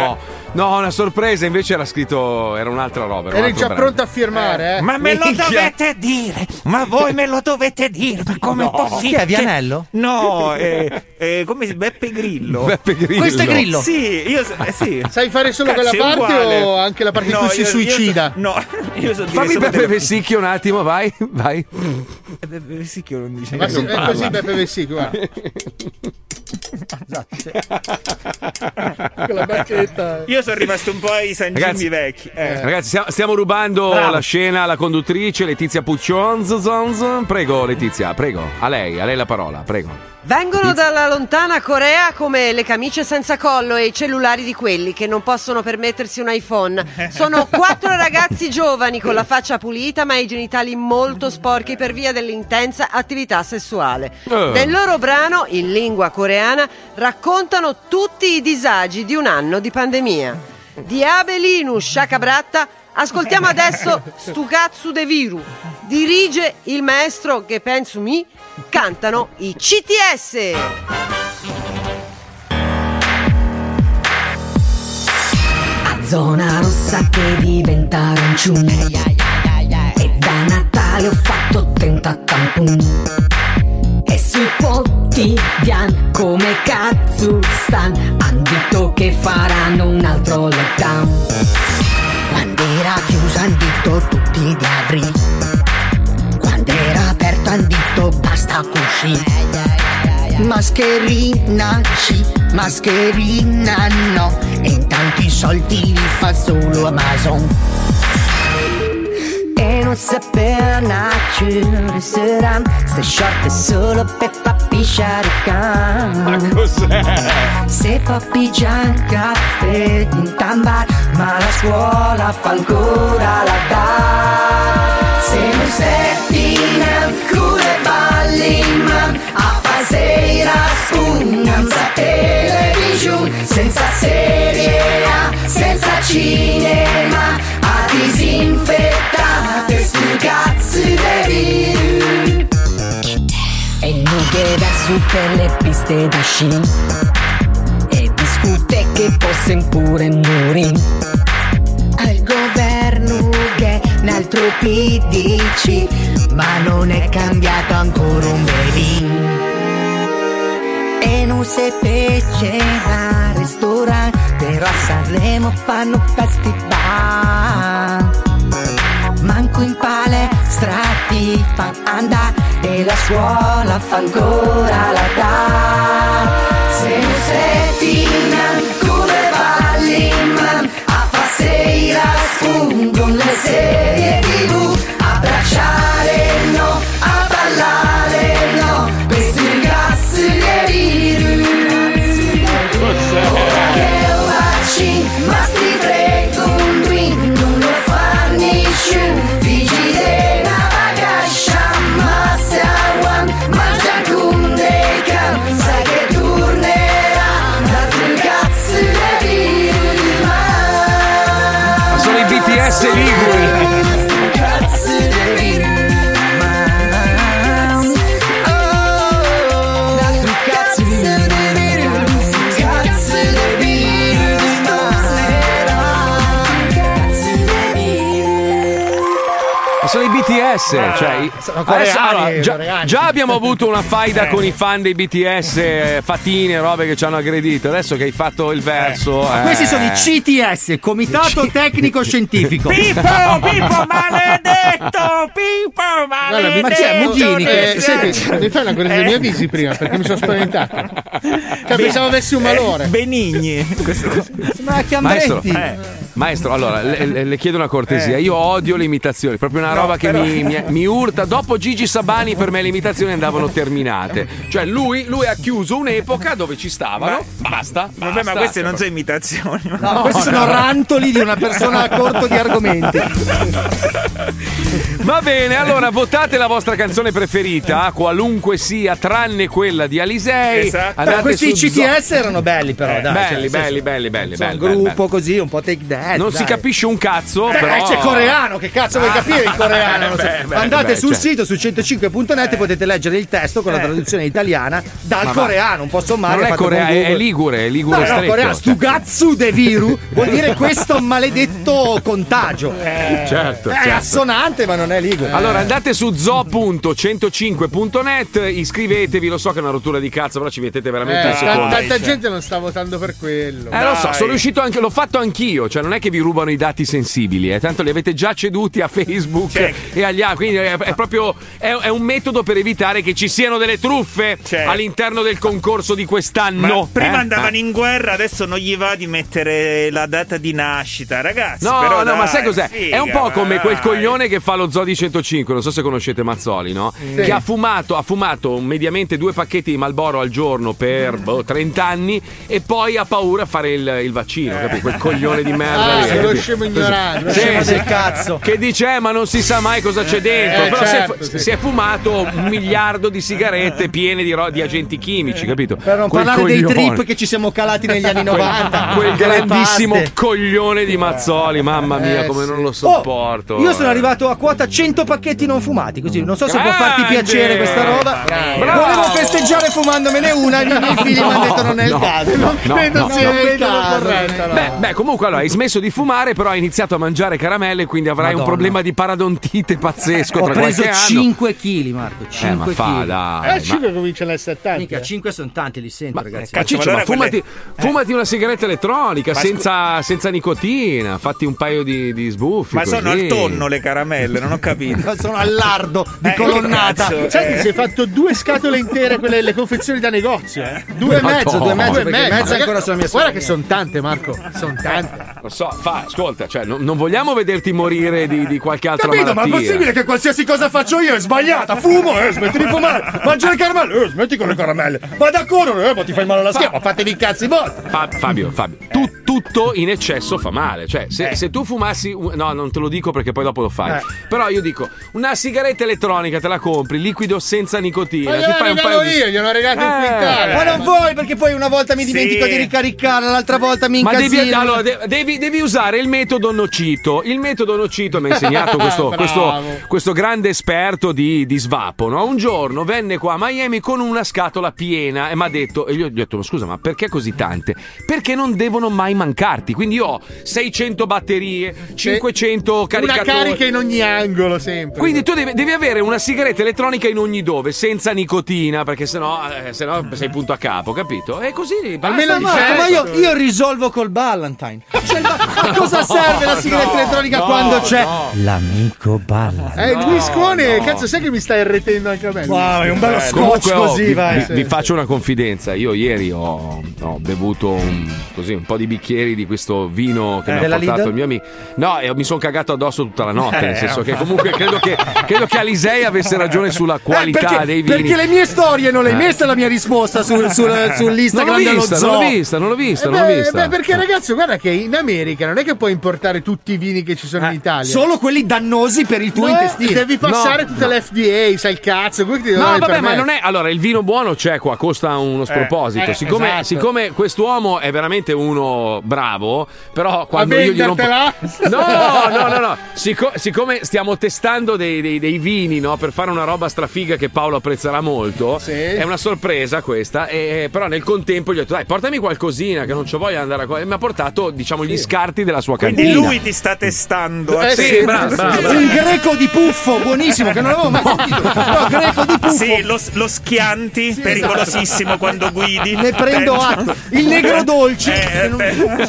No, una sorpresa, invece era scritto, era un'altra roba. Era un Eri altro già brand. pronto a firmare, eh? Ma me lo Minchia. dovete dire, ma voi me lo dovete dire, ma come No. è possibile? Chi è, Vianello? No, eh, eh, come si Beppe Grillo. Beppe Grillo. Questo è Grillo? Sì, io so- eh, sì. Sai fare solo Cazzo, quella è parte uguale. o anche la parte in No, cui si io- io suicida? so- no, io so dire Fammi solo Beppe delle- Vessicchio un attimo, vai, vai. Eh, Beppe Vessicchio non dice Ma niente. sì, è così Beppe Vessicchio, guarda. Esatto, sì. Con la bacchetta. Io sono rimasto un po' ai San Ragazzi, Gimmi vecchi. Eh. Ragazzi, stiamo, stiamo rubando Bravo. la scena alla conduttrice Letizia Puccionz. Prego, Letizia, prego. A lei, a lei la parola, prego. Vengono dalla lontana Corea come le camicie senza collo e i cellulari di quelli che non possono permettersi un iPhone. Sono quattro ragazzi giovani con la faccia pulita ma i genitali molto sporchi per via dell'intensa attività sessuale. Eh. Nel loro brano, in lingua coreana, raccontano tutti i disagi di un anno di pandemia. Diabelinu Shakabratta, ascoltiamo adesso Stukatsu de Viru. Dirige il maestro che penso mi, cantano i C T S. A zona rossa che diventa arancione e da Natale ho fatto trenta tamponi. E sui quotidiani come cazzo stan han detto che faranno un altro lockdown. Quando era chiuso han detto tutti di aprile, quando era aperto han detto basta così. Mascherina sì, mascherina no, e intanto i soldi li fa solo Amazon. E non sapeva che resterà se short è solo per far pisciare il can. Ma cos'è? Se poi pigia un caffè in tambar, ma la scuola fa ancora la dà. Se non sei in ancora balli, ma a fare la spugna, senza televisione, senza serie A, senza cinema, a disinfettate sti cazzi di virus. E nughe verso per le piste da sci e discute che possono pure morire. Al governo che un altro P D C, ma non è cambiato ancora un pelin. E non si fece al ristorante, però a Sanremo fanno festival. Manco in palestra ti fa andare e la scuola fa ancora la dà. Se non sei in ancora balli, ma a farsi la spoon con le serie tivù, abbracciare no, a ballare no, questi cazzi di virus. Ora che ho vaccino, ma sti tre con drink non lo fa nessuno. Figli de una vagascia, ma se a one, mangia con dei can, sai che tornerà l'altro cazzo di virus. Ma sono i B T S liguri. Cazzo di virus. Oh, l'altro cazzo di virus. Cazzo di virus tornerà. Cazzo di virus. Ma sono i B T S, cioè i- sono adesso, coreani, allora, già, coreani. già abbiamo avuto una faida con i fan dei B T S, eh, fatine, robe che ci hanno aggredito. Adesso che hai fatto il verso, Ma eh. questi sono i C T S, Comitato Tecnico Scientifico. Pippo, Pippo maledetto, Pippo Guarda, maledetto. ma c'è Mughini, eh, che- senti, mi fai una cosa dei Eh. miei avvisi prima perché mi sono spaventato. Cioè, pensavo avessi un malore. Eh, Benigni. Sembra Maestro, Chiambretti. Eh. maestro, allora le, le- le chiedo una cortesia. Io odio le imitazioni, proprio una No, roba che però- mi, mi, mi urta. Dopo Gigi Sabani, per me le imitazioni andavano terminate. Cioè, lui, lui ha chiuso un'epoca dove ci stavano. Basta. Vabbè, basta. ma queste non sono imitazioni. No, questi sono rantoli di una persona a corto di argomenti. Va bene, allora votate la vostra canzone preferita, qualunque sia, tranne quella di Alisei. Esatto. Andate Questi su C T S erano belli, però. Eh, dai, belli, cioè, belli, sì, belli, belli, insomma, belli, un belli, gruppo così, un po' take that. net. non dai. si capisce un cazzo, Beh, però c'è coreano, che cazzo vuoi capire il coreano? Beh, beh, Andate beh, sul certo. sito su centocinque punto net e potete leggere il testo con la traduzione italiana dal Ma va. coreano, un po' sommario. non è fatto corea, con è, Google. è ligure, è ligure No, no, stretto. coreano, Stugazzu de Viru vuol dire questo maledetto contagio. Eh, certo, È certo. assonante, ma non è ligure. Allora andate su zoo punto centocinque punto net, iscrivetevi, lo so che è una rottura di cazzo, però ci mettete veramente Eh, un secondo. tanta gente non sta votando per quello. Eh lo so, sono riuscito anche, l'ho fatto anch'io, cioè non è che vi rubano i dati sensibili, eh, tanto li avete già ceduti a Facebook Check. e agli altri, quindi è, è proprio è, è un metodo per evitare che ci siano delle truffe Check. all'interno del concorso di quest'anno. Ma prima eh? andavano in guerra, adesso non gli va di mettere la data di nascita, ragazzi. No, però no, dai, ma sai cos'è? figa, è un po' ma come quel dai. coglione che fa lo zoo di centocinque, non so se conoscete Mazzoli, no? Sì. Che ha fumato, ha fumato mediamente due pacchetti di Marlboro al giorno per boh, trenta anni e poi ha paura a fare il, il vaccino, capi? Quel coglione di merda. Ah, lì, sei lo capi? scemo ignorante, lo Sì, scemo sì. del cazzo. Che dice, eh, ma non si sa mai cosa c'è dentro. Eh, Però certo, si, è, sì. si è fumato un miliardo di sigarette piene di, ro- di agenti chimici, capito? Per non Quel parlare dei coglione. trip che ci siamo calati negli anni novanta. Quel Delle grandissimo paste. coglione di Mazzoli, mamma mia, Eh, come sì. non lo Oh, sopporto. io sono arrivato a quota cento pacchetti non fumati, così non so se può farti Grande! piacere questa roba. Bravo! Volevo festeggiare fumandomene una, i miei figli mi hanno detto non è il no, caso. Non no, credo no, sia no. il caso. Beh, beh, comunque allora hai smesso di fumare, però hai iniziato a mangiare caramelle, quindi avrai Madonna. un problema di paradontite pazzesco Ho tra preso qualche anno. cinque chili, Marco. Eh, ma cinque fa, chili. dai, Eh, cinque cominciano a essere tanti. Mica, eh. cinque sono tanti, li sento, ragazzi. Ma Ciccio, ma fumati, fumati una sigaretta elettronica Ma senza, senza nicotina, fatti un paio di, di sbuffi. Ma sono così. al tonno le caramelle, non ho capito. Sono al lardo di Eh, colonnata. che cazzo, Sai che eh. si è fatto due scatole intere, quelle le confezioni da negozio. Eh? Due e mezzo, due e mezzo, Due e perché mezzo. mezzo ancora sulla mia Guarda sorella. che sono tante, Marco. Sono tante. Lo so, fa, ascolta, cioè, non, non vogliamo vederti morire di, di qualche altra Capito, ma è malattia. possibile che qualsiasi cosa faccio io è sbagliata? Fumo, eh, smetti di fumare. Mangio le caramelle, eh, smetti con le caramelle. Vado a correre, eh, ma ti fai male alla schiena. Ma fatevi i cazzi morti. Fa- Fabio, Fabio, tu- tutto in eccesso fa male. Cioè, se, Eh. se tu fumassi. un- No, non te lo dico perché poi dopo lo fai. Eh. Però io dico: una sigaretta elettronica te la compri, liquido senza nicotina. Ma ti gliel'ho fai un regalo paio di. io, gli ho regalato un Eh. quintale. Ma non vuoi, perché poi una volta mi dimentico Sì. di ricaricarla, l'altra volta mi Ma incasino. devi, allora, de- devi, devi usare il metodo Nocito. Il metodo Nocito mi ha insegnato questo, Bravo. questo, questo grande esperto di, di svapo. No? Un giorno venne qua a Miami con una scatola piena e mi ha detto: e gli ho detto, ma scusa, ma perché così tante? Perché non devono mai mancarti. Quindi io ho seicento batterie, cinquecento Una caricatori. carica in ogni angolo sempre. Quindi tu devi, devi avere una sigaretta elettronica in ogni dove, senza nicotina, perché sennò, eh, sennò sei punto a capo, capito? E così basta. Almeno Ma, di ma io, certo. io risolvo col Ballantine. C'è il ba- a cosa serve la sigaretta no, elettronica no, quando c'è no. l'amico Ballantine? Eh, il Guiscone, no. cazzo, sai che mi stai arretendo anche a me? Wow, è un bello Eh, scotch comunque, oh, così, vi, vai. vi- vi faccio una confidenza. Io ieri ho, ho bevuto un, così, un po' di bicchieri di questo vino che Eh, mi ha della portato Lidl? il mio amico. No, e mi sono cagato addosso tutta la notte. Eh, nel senso che infatti. comunque credo che, credo che Alisei avesse ragione sulla qualità Eh, perché, dei vini. perché le mie storie non le hai Eh. messe la mia risposta sul, sul, Non sull'Instagram l'ho dello vista, zoo. non l'ho vista, non l'ho vista, Eh non l'ho beh, vista. beh, perché ragazzi, guarda che in America non è che puoi importare tutti i vini che ci sono in Italia. Solo quelli dannosi per il tuo No, intestino. devi passare No, tutta no. l'F D A, sai il cazzo. Quelli ti No, devono vabbè, ma permettere. non è. Allora, il vino buono c'è qua, costa uno sproposito. eh, siccome, esatto. siccome quest'uomo è veramente uno bravo, però quando io gli rompo. vendertela? No, no, no, no. Sicco- siccome stiamo testando dei, dei- dei vini, no? Per fare una roba strafiga che Paolo apprezzerà molto. Sì. È una sorpresa questa. E, però nel contempo gli ho detto: dai, portami qualcosina, che non c'ho voglia di andare a. qua." E mi ha portato, diciamo, gli scarti della sua Quindi cantina. lui ti sta testando. Eh, Sì, sì. bravo, bravo. Un greco di puffo, buonissimo, che non avevo mai sentito. No, greco di puffo. Sì, lo, lo schianti, pericolosissimo quando guidi. Ne prendo Eh, atto. Il negro dolce. Eh, che non-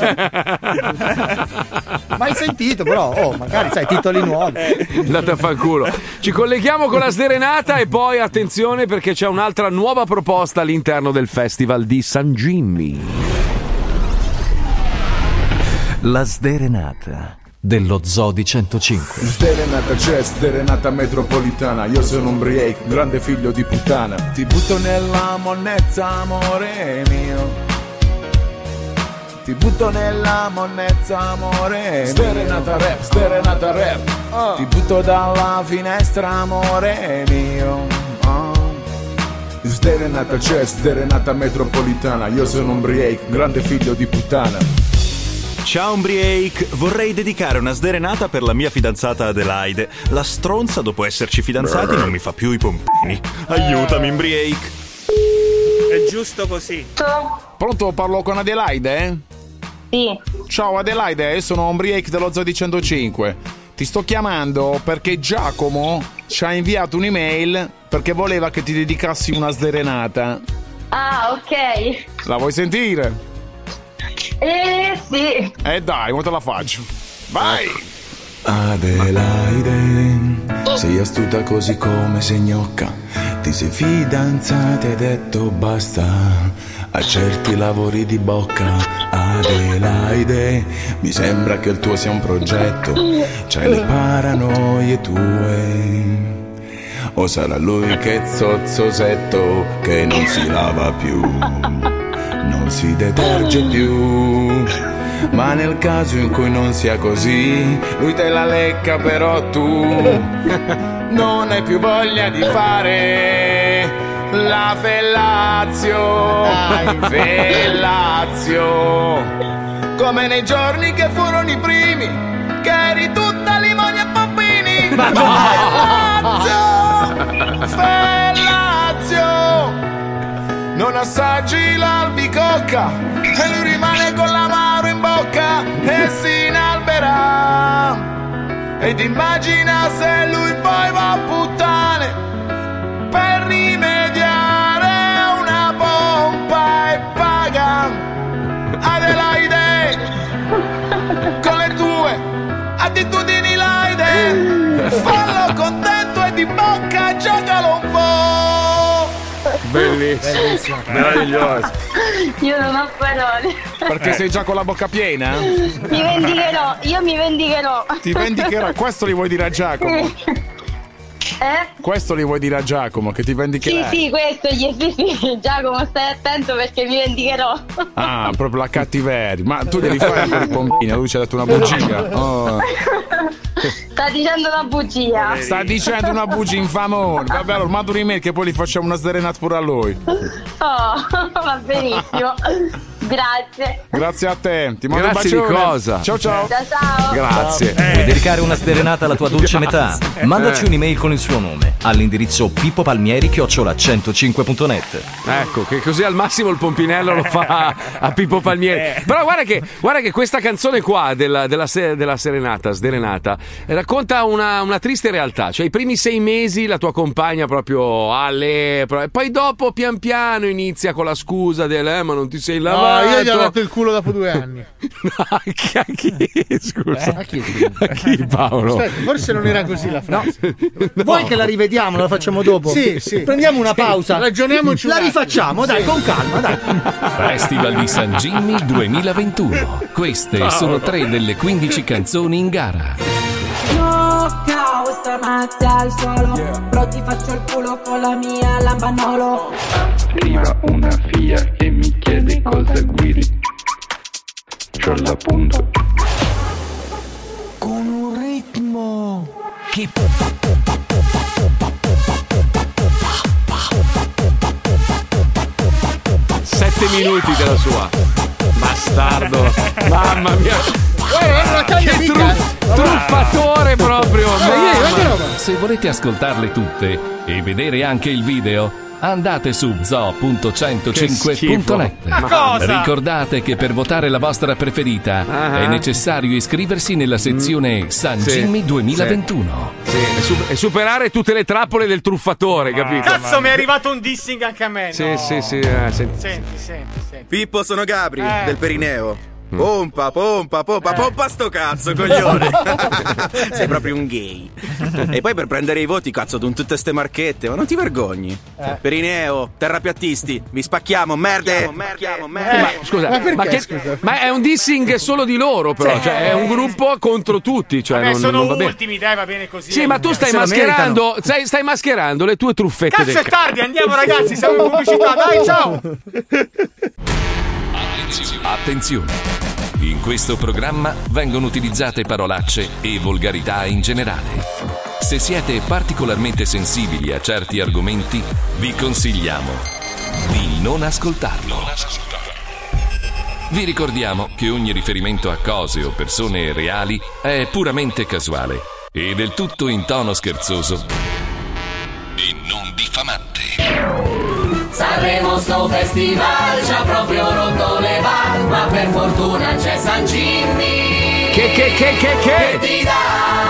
Mai sentito, però. Oh, magari sai, titoli nuovi. Andate a fanculo. Ci colleghiamo con la sderenata e poi attenzione perché c'è un'altra nuova proposta all'interno del Festival di San Jimmy. La sderenata dello Zoo di centocinque. Sderenata c'è, sderenata metropolitana. Io sono un break, grande figlio di puttana. Ti butto nella monnezza, amore mio. Ti butto nella monnezza, amore mio. Sderenata rap, sderenata rap. Ti butto dalla finestra, amore mio. Oh. Sderenata c'è, sderenata metropolitana. Io sono un break, grande figlio di puttana. Ciao Umbriake, vorrei dedicare una sderenata per la mia fidanzata Adelaide. La stronza, dopo esserci fidanzati, non mi fa più i pompini. Aiutami, Umbriake. È giusto così. Pronto, parlo con Adelaide? Eh? Sì. Ciao Adelaide, sono Umbriake dello Zoo di centocinque. Ti sto chiamando perché Giacomo ci ha inviato un'email perché voleva che ti dedicassi una sderenata. Ah, ok. La vuoi sentire? Eh, sì. Eh dai, mo te la faccio. Vai! Adelaide, sei astuta così come sei gnocca. Ti sei fidanzata e hai detto basta a certi lavori di bocca. Adelaide, mi sembra che il tuo sia un progetto. C'hai le paranoie tue. O sarà lui che zozzosetto che non si lava più, non si deterge più. Ma nel caso in cui non sia così, lui te la lecca, però tu non hai più voglia di fare la fellazio, fellazio, come nei giorni che furono i primi, che eri tutta limoni e pompini. Fellazio, fellazio, non assaggi l'albicocca e lui rimane con l'amaro in bocca e si inalbera. Ed immagina se lui poi va a puttane per rimediare a una pompa e paga. Adelaide, con le tue attitudini laide, fallo contento e di bocca giocalo un po'. Bellissimo, meraviglioso. Io non ho parole. Perché sei già con la bocca piena? Mi vendicherò, io mi vendicherò. Ti vendicherà, questo li vuoi dire a Giacomo? Eh? Questo li vuoi dire a Giacomo, che ti Sì, vendicherai? sì, questo, sì, sì, sì. Giacomo, stai attento perché mi vendicherò. Ah, proprio la cattiveria. Ma tu devi fare per i pompini, lui ci ha detto una bugia. Oh. Sta dicendo una bugia. Sta dicendo una bugia infamone. Vabbè, allora mando un'email che poi gli facciamo una sderenata pure a lui. Oh, va benissimo. Grazie. Grazie a te. Ti mando Grazie un di bacione. cosa? Ciao ciao. Ciao ciao. Grazie. Vuoi dedicare una sderenata alla tua dolce metà? Mandaci Eh. un'email con il suo nome all'indirizzo pippopalmieri chiocciola centocinque punto net. Ecco, che così al massimo il pompinello lo fa a Pippo Palmieri. Però guarda che, guarda che questa canzone qua della, della, se- della serenata, sderenata, racconta una, una triste realtà. Cioè i primi sei mesi la tua compagna proprio alle... e poi dopo pian piano inizia con la scusa del eh, ma non ti sei lavato. No, io gli ho dato il culo dopo due anni. A chi? Scusa. A chi? A chi, Paolo? Aspetta, forse non era così la frase. Vuoi che la rivediamo? La facciamo dopo? Sì, sì. Prendiamo una pausa. Ragioniamoci un La attimo. rifacciamo, dai, Sì. con calma, dai. Festival di San Gimmi duemilaventuno. Queste sono tre delle quindici canzoni in gara. Knockout, stanotte al suolo. Però ti faccio il culo con la mia lampanolo. Arriva una fia che mi chiede cosa guidi. C'ho l'appunto. Con un ritmo che Sette minuti della sua. Bastardo. Mamma mia. Che tru- truffatore proprio. Mamma. Se volete ascoltarle tutte e vedere anche il video, andate su zoo punto centocinque punto net. Ma cosa? Ricordate che per votare la vostra preferita Ah. è necessario iscriversi nella sezione San Sì. Gimmi duemilaventuno. Sì, e, su- e superare tutte le trappole del truffatore, capito? Cazzo, mi è arrivato un dissing anche a me. Sì, no. sì, sì. eh, senti. Senti, senti, senti. Pippo, sono Gabri, Eh. del Perineo. Pompa, pompa, pompa, pompa sto cazzo, coglione. Sei proprio un gay. E poi per prendere i voti, cazzo, con tutte ste marchette, ma non ti vergogni? Eh. Perineo, terrapiattisti, mi spacchiamo, merde. Eh, ma, scusa, ma, che- ma è un dissing solo di loro, però. Sì. Cioè, è un gruppo contro tutti. Cioè, Vabbè, non, sono non va bene. ultimi, dai, va bene così. Sì, ma tu stai Se lo mascherando, stai, stai mascherando le tue truffette Cazzo, del è tardi, andiamo ragazzi, siamo in pubblicità, dai, ciao. Attenzione! In questo programma vengono utilizzate parolacce e volgarità in generale. Se siete particolarmente sensibili a certi argomenti, vi consigliamo di non ascoltarlo. Vi ricordiamo che ogni riferimento a cose o persone reali è puramente casuale e del tutto in tono scherzoso e non diffamante. Sanremo sto festival ci ha proprio rotto le balle, ma per fortuna c'è San Jimmy Che che che che che? ti dà,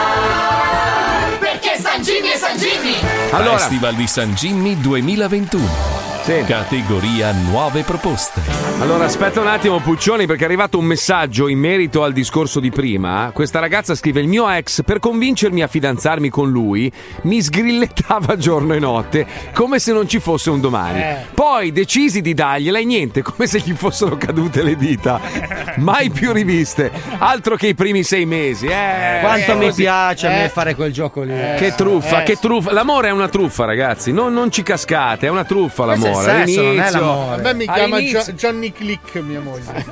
perché San Jimmy è San Jimmy. Allora. Festival di San Jimmy duemilaventuno. Sì. Categoria nuove proposte. Allora aspetta un attimo Puccioni, perché è arrivato un messaggio in merito al discorso di prima. Questa ragazza scrive: il mio ex, per convincermi a fidanzarmi con lui, mi sgrillettava giorno e notte come se non ci fosse un domani. Eh. Poi decisi di dargliela e niente, come se gli fossero cadute le dita. Mai più riviste, altro che i primi sei mesi. Eh, Quanto eh, mi così. piace a me Eh. fare quel gioco lì. Che truffa, che truffa. L'amore è una truffa, ragazzi. Non, non ci cascate, è una truffa l'amore. Questo è il sesso, non è All'inizio- l'amore. A me mi chiama All'inizio- Gio- Johnny Click, mia moglie.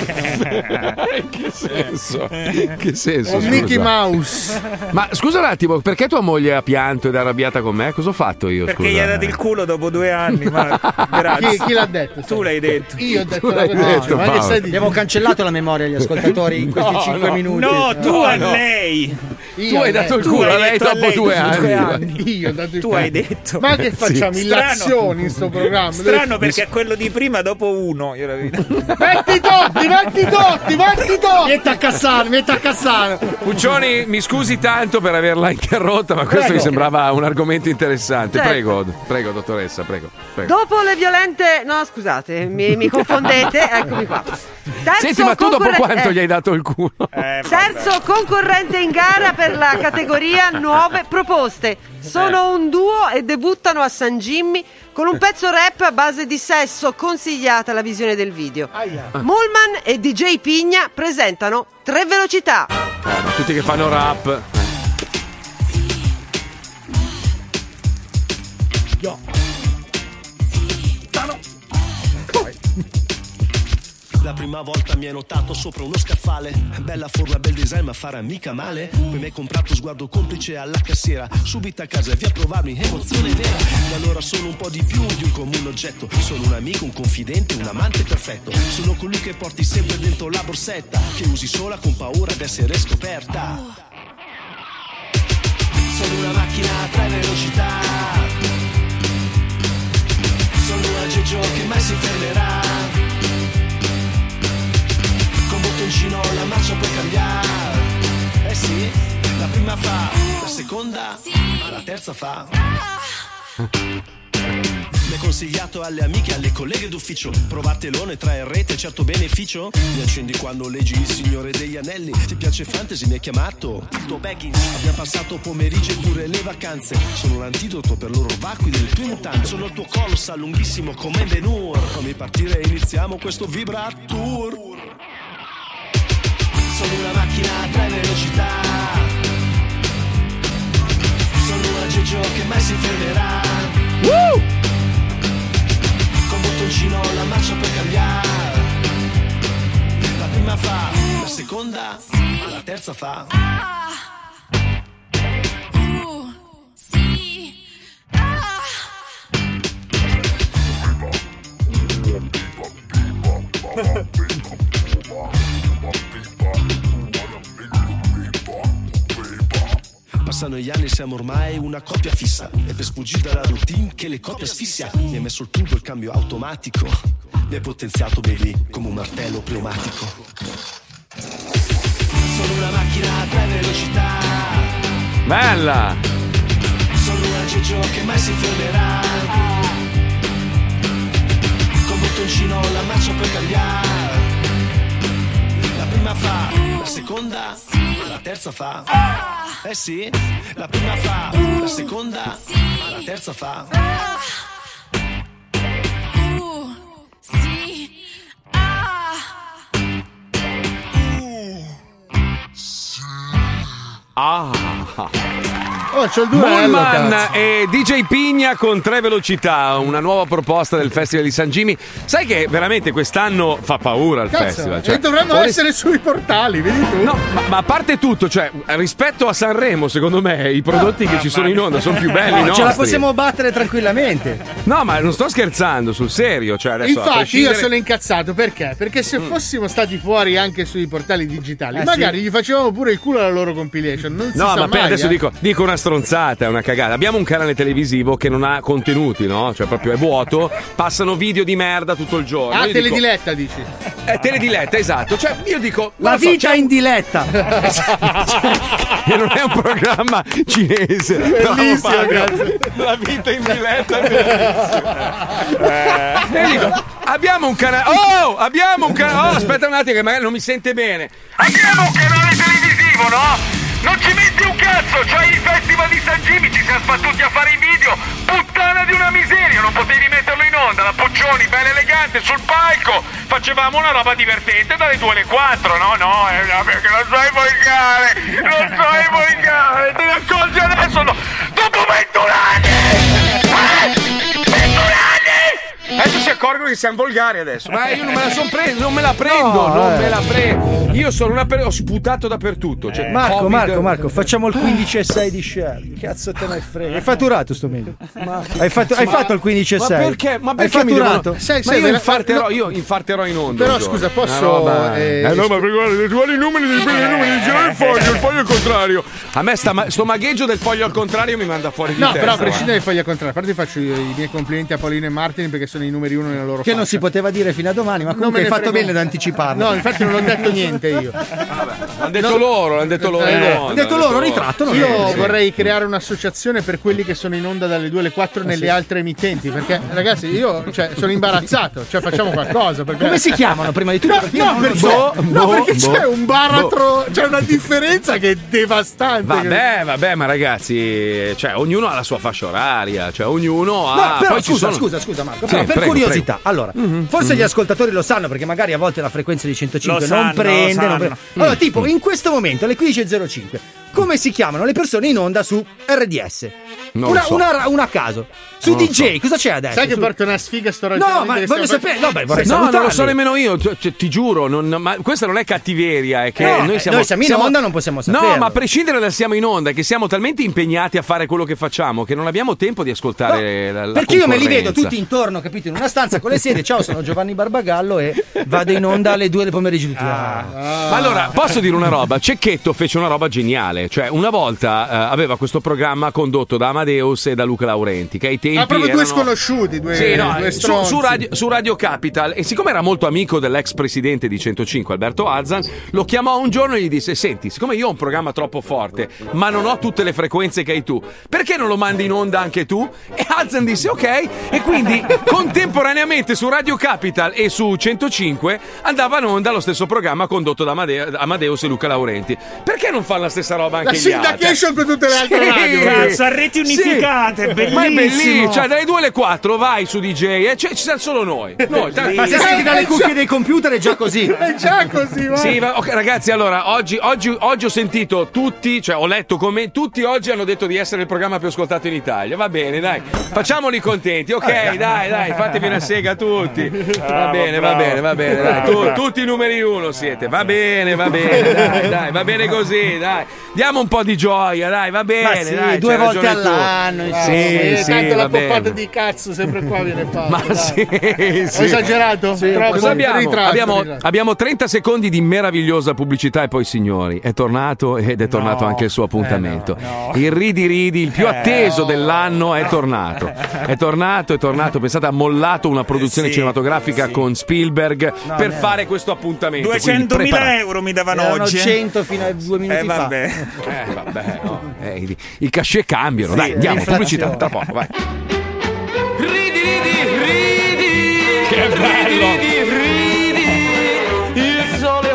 Che senso? Che senso? O scusa? Mickey Mouse. Ma scusa un attimo, perché tua moglie ha pianto ed è arrabbiata con me? Cosa ho fatto io? Perché scusa? gli hai dato il culo dopo due anni, Marco. Grazie. Chi, chi l'ha detto? Tu l'hai detto. Io ho detto Tu l'hai la cosa. detto, Ma che Paolo. stai dicendo? Abbiamo cancellato la memoria agli ascoltatori in questi No, cinque no. minuti. No, tu No, a no. lei. Tu hai dato il Tu culo hai a lei detto a dopo lei due dopo anni. due anni. Io ho dato il Tu culo. hai detto. Ma che facciamo? Sì. Illazioni in sto programma? Strano perché quello di prima dopo uno. Io l'avevo detto. Metti Totti, metti Totti, metti Totti. Metti a Cassano, metti a Cassano. Puccioni, mi scusi tanto per averla interrotta, ma questo Prego. mi sembrava un argomento interessante. Certo. Prego, prego, dottoressa, prego. prego. Dopo le violente. No, scusate, mi, mi confondete. Eccomi qua. Terzo Senti, ma tu dopo concorre- quanto eh, gli hai dato il culo? Terzo concorrente in gara per la categoria nuove proposte. Sono un duo e debuttano a San Jimmy con un pezzo rap a base di sesso, consigliata la visione del video. Mullman e D J Pigna presentano Tre Velocità. Eh, ma tutti che fanno rap. La prima volta mi hai notato sopra uno scaffale. Bella forma, bel design, ma farà mica male. Poi mi hai comprato sguardo complice alla cassiera. Subito a casa e via a provarmi, emozione vera. E allora sono un po' di più di un comune oggetto. Sono un amico, un confidente, un amante perfetto. Sono colui che porti sempre dentro la borsetta, che usi sola con paura d'essere scoperta. Sono una macchina a tre velocità. Sono un aggeggio che mai si fermerà. Bottoncino la marcia puoi cambiare. Eh sì, la prima fa, la seconda, ma la terza fa. Mi hai consigliato alle amiche, alle colleghe d'ufficio. Provatelo, ne trae rete, certo beneficio. Mi accendi quando leggi Il Signore degli Anelli. Ti piace fantasy, mi hai chiamato il tuo Baggins. Abbiamo passato pomeriggi e pure le vacanze. Sono un antidoto per loro vacui del tuo intanto. Sono il tuo colossal lunghissimo come Benur. Fammi partire e iniziamo questo Vibratour. Sono una macchina a tre velocità. Sono un aggeggio che mai si fermerà. Woo! Con bottoncino la marcia puoi cambiare. La prima fa, la seconda, ma la terza fa. Passano gli anni, siamo ormai una coppia fissa. E per sfuggire dalla routine che le coppie asfissia. Mi hai messo il turbo, il cambio automatico. Mi hai potenziato, baby, come un martello pneumatico. Sono una macchina a tre velocità. Bella! Sono un aggeggio che mai si fermerà. Con bottoncino la marcia puoi cambiare. La prima fa, la seconda, la terza fa. Eh sì, la prima fa, la seconda, la terza fa. Ah! Oh, c'ho il duello, Mullman cazzo. e D J Pigna con tre velocità, una nuova proposta del Festival di San Jimmy. Sai che veramente quest'anno fa paura il Cazzo, festival. e dovremmo ora- essere sui portali, vedi tu? No, ma, ma a parte tutto, cioè, rispetto a Sanremo, secondo me, i prodotti che ci sono in onda sono più belli No, nostri. ce la possiamo battere tranquillamente. No, ma non sto scherzando, sul serio. Cioè, adesso, a Infatti prescindere- io sono incazzato perché? Perché se fossimo stati fuori anche sui portali digitali, Eh, magari sì. gli facevamo pure il culo alla loro compilation. Non si No, sa ma poi mai, adesso eh. dico, dico una stronzata, è una cagata. Abbiamo un canale televisivo che non ha contenuti, no? Cioè, proprio è vuoto, passano video di merda tutto il giorno. Ah, Io telediletta dici? Dico, è telediletta, esatto. Cioè, io dico. La non lo so, vita c'è- in diletta. che non è un programma cinese. Bravo, Bellissimo, Fabio. grazie. La vita in diletta è bellissima. Eh, io dico, abbiamo un canale. Oh, abbiamo un canale. Oh, aspetta un attimo, che magari non mi sente bene. Abbiamo un canale televisivo, no? Non ci metti un cazzo, c'hai il Festival di San Jimmy, ci siamo sbattuti a fare i video. Puttana di una miseria, non potevi metterlo in onda, la Puccioni, bella elegante, sul palco. Facevamo una roba divertente dalle due alle quattro, no? No, eh, no, perché non sai volgare, non sai volgare, te ne accorgi adesso, no? Dopo ventuno anni! Eh? ventuno anni! Adesso si accorgono che siamo volgari adesso. Ma io non me la son presa, non me la prendo, No, non eh. me la prendo. Io sono una per... ho sputato dappertutto. Cioè, Marco, Covid- Marco, Marco, facciamo il quindici e sei di share. Cazzo te ne frega. Hai fatturato sto mese. Hai fatto, hai Ma- fatto il quindici e sei. Ma perché? Ma hai perché mi fatturato? devono... Sai, Ma sai, io vera- infarterò, no. io infarterò in onda. Però un giorno. scusa, posso, Una roba- eh, Eh, no, ma perché guarda, tu hai i numeri, devi prendere i numeri, devi girare il foglio, il foglio al contrario. A me sta, sto magheggio del foglio al contrario mi manda fuori di No, testa. però a guarda. prescindere dai fogli al contrario, a parte faccio i, i miei complimenti a Paolino e Martin perché sono i numeri uno nella loro Che non faccia. si poteva dire fino a domani, ma Non comunque me hai ne fatto frego. bene ad anticiparlo. No, infatti non ho detto niente io. L'hanno detto loro, l'hanno detto loro. Eh, in onda, hanno detto l'hanno loro, ritratto, non Io è- vorrei creare un'associazione per quelli che sono in onda dalle due alle quattro nelle altre emittenti. Perché, ragazzi, io cioè, sono imbarazzato. Cioè, facciamo qualcosa. Perché... Come si chiamano prima di tutto? No, Perché io no, non lo perché, so. no, boh, perché boh, c'è un baratro, boh. c'è una differenza che è devastante. Vabbè, vabbè, ma ragazzi, cioè, ognuno ha la sua fascia oraria, cioè, ognuno ha. No, però poi ci scusa, sono- scusa, scusa Marco, Sì, però per prego, curiosità, prego. allora, forse gli ascoltatori lo sanno perché magari a volte la frequenza di centocinque Lo non sanno, prende, lo non sanno. prende. Allora, tipo, in questo momento alle quindici e zero cinque, come si chiamano le persone in onda su R D S? Non Una, lo so. una, una a caso. Su Non lo D J, cosa c'è adesso? Sai che Su- porta una sfiga sto No, ragionamento ma che voglio stiamo sapere, facendo? no, beh, vorrei No, non lo salutarli. so nemmeno io, cioè, cioè, ti giuro, non- ma questa non è cattiveria, è che No, noi eh, siamo, noi siamo in onda, non possiamo No, saperlo. ma a prescindere dal siamo in onda, è che siamo talmente impegnati a fare quello che facciamo che non abbiamo tempo di ascoltare la, la Perché io me li vedo concorrenza. tutti intorno, capito, in una stanza con le sedie. Ciao, sono Giovanni Barbagallo e vado in onda alle due del pomeriggio tutti. Ah. Ma allora, posso dire una roba? Cecchetto fece una roba geniale. Cioè, una volta eh, aveva questo programma condotto da Amadeus e da Luca Laurenti, che ai tempi Ah, proprio due erano- sconosciuti, due, Sì, no, due su, stronzi. su radio, su Radio Capital, e siccome era molto amico dell'ex presidente di centocinque Alberto Azzan, lo chiamò un giorno e gli disse: senti, siccome io ho un programma troppo forte ma non ho tutte le frequenze che hai tu, perché non lo mandi in onda anche tu? E Azzan disse ok, e quindi contemporaneamente su Radio Capital e su centocinque andava in onda lo stesso programma condotto da Amade- Amadeus e Luca Laurenti. Perché non fanno la stessa roba anche La gli altri? syndication con tutte le altre Sì. radio. Cazzo, a reti Sì. unificate, Ma è bellissimo. bellissimo, cioè dalle due alle quattro vai su D J e cioè, ci siamo solo noi. noi Ma se senti dalle cuffie dei computer è già così. È già così, va. Sì, va- ok, ragazzi, allora oggi, oggi, oggi ho sentito tutti, cioè ho letto come tutti oggi hanno detto di essere il programma più ascoltato in Italia. Va bene, dai, facciamoli contenti. Ok, dai, dai, fatevi una sega tutti. Va bene, va bene, va bene, dai. Tu- tutti i numeri uno siete. Va bene, va bene, dai, dai, va bene così, dai. Diamo un po' di gioia, dai, va bene. Ma sì, dai, due c'hai volte ragione tu. all'anno, Ah, Sì, sì, sì, tanto la va bene. poppata di cazzo sempre qua viene fatta. Ma dai. sì, sì. Ho esagerato? Sì, Troppo? cosa abbiamo? Ritratto, Abbiamo, ritratto. abbiamo trenta secondi di meravigliosa pubblicità e poi, signori, è tornato ed è tornato anche il suo appuntamento. Il Ridi Ridi, il più atteso dell'anno, è tornato. È tornato, è tornato. Pensate, ha mollato una produzione Sì, cinematografica sì. con Spielberg No, per no. fare questo appuntamento. Quindi duecentomila prepara- euro mi davano Erano oggi. eh. cento fino a due minuti Eh, fa. vabbè. Eh, vabbè, no. Eh, i, i cachet cambiano. Sì, Dai, andiamo, l'inflazione. pubblicità, tra poco, vai. Ridi, ridi, ridi. Che bello! Ridi, ridi. Il sole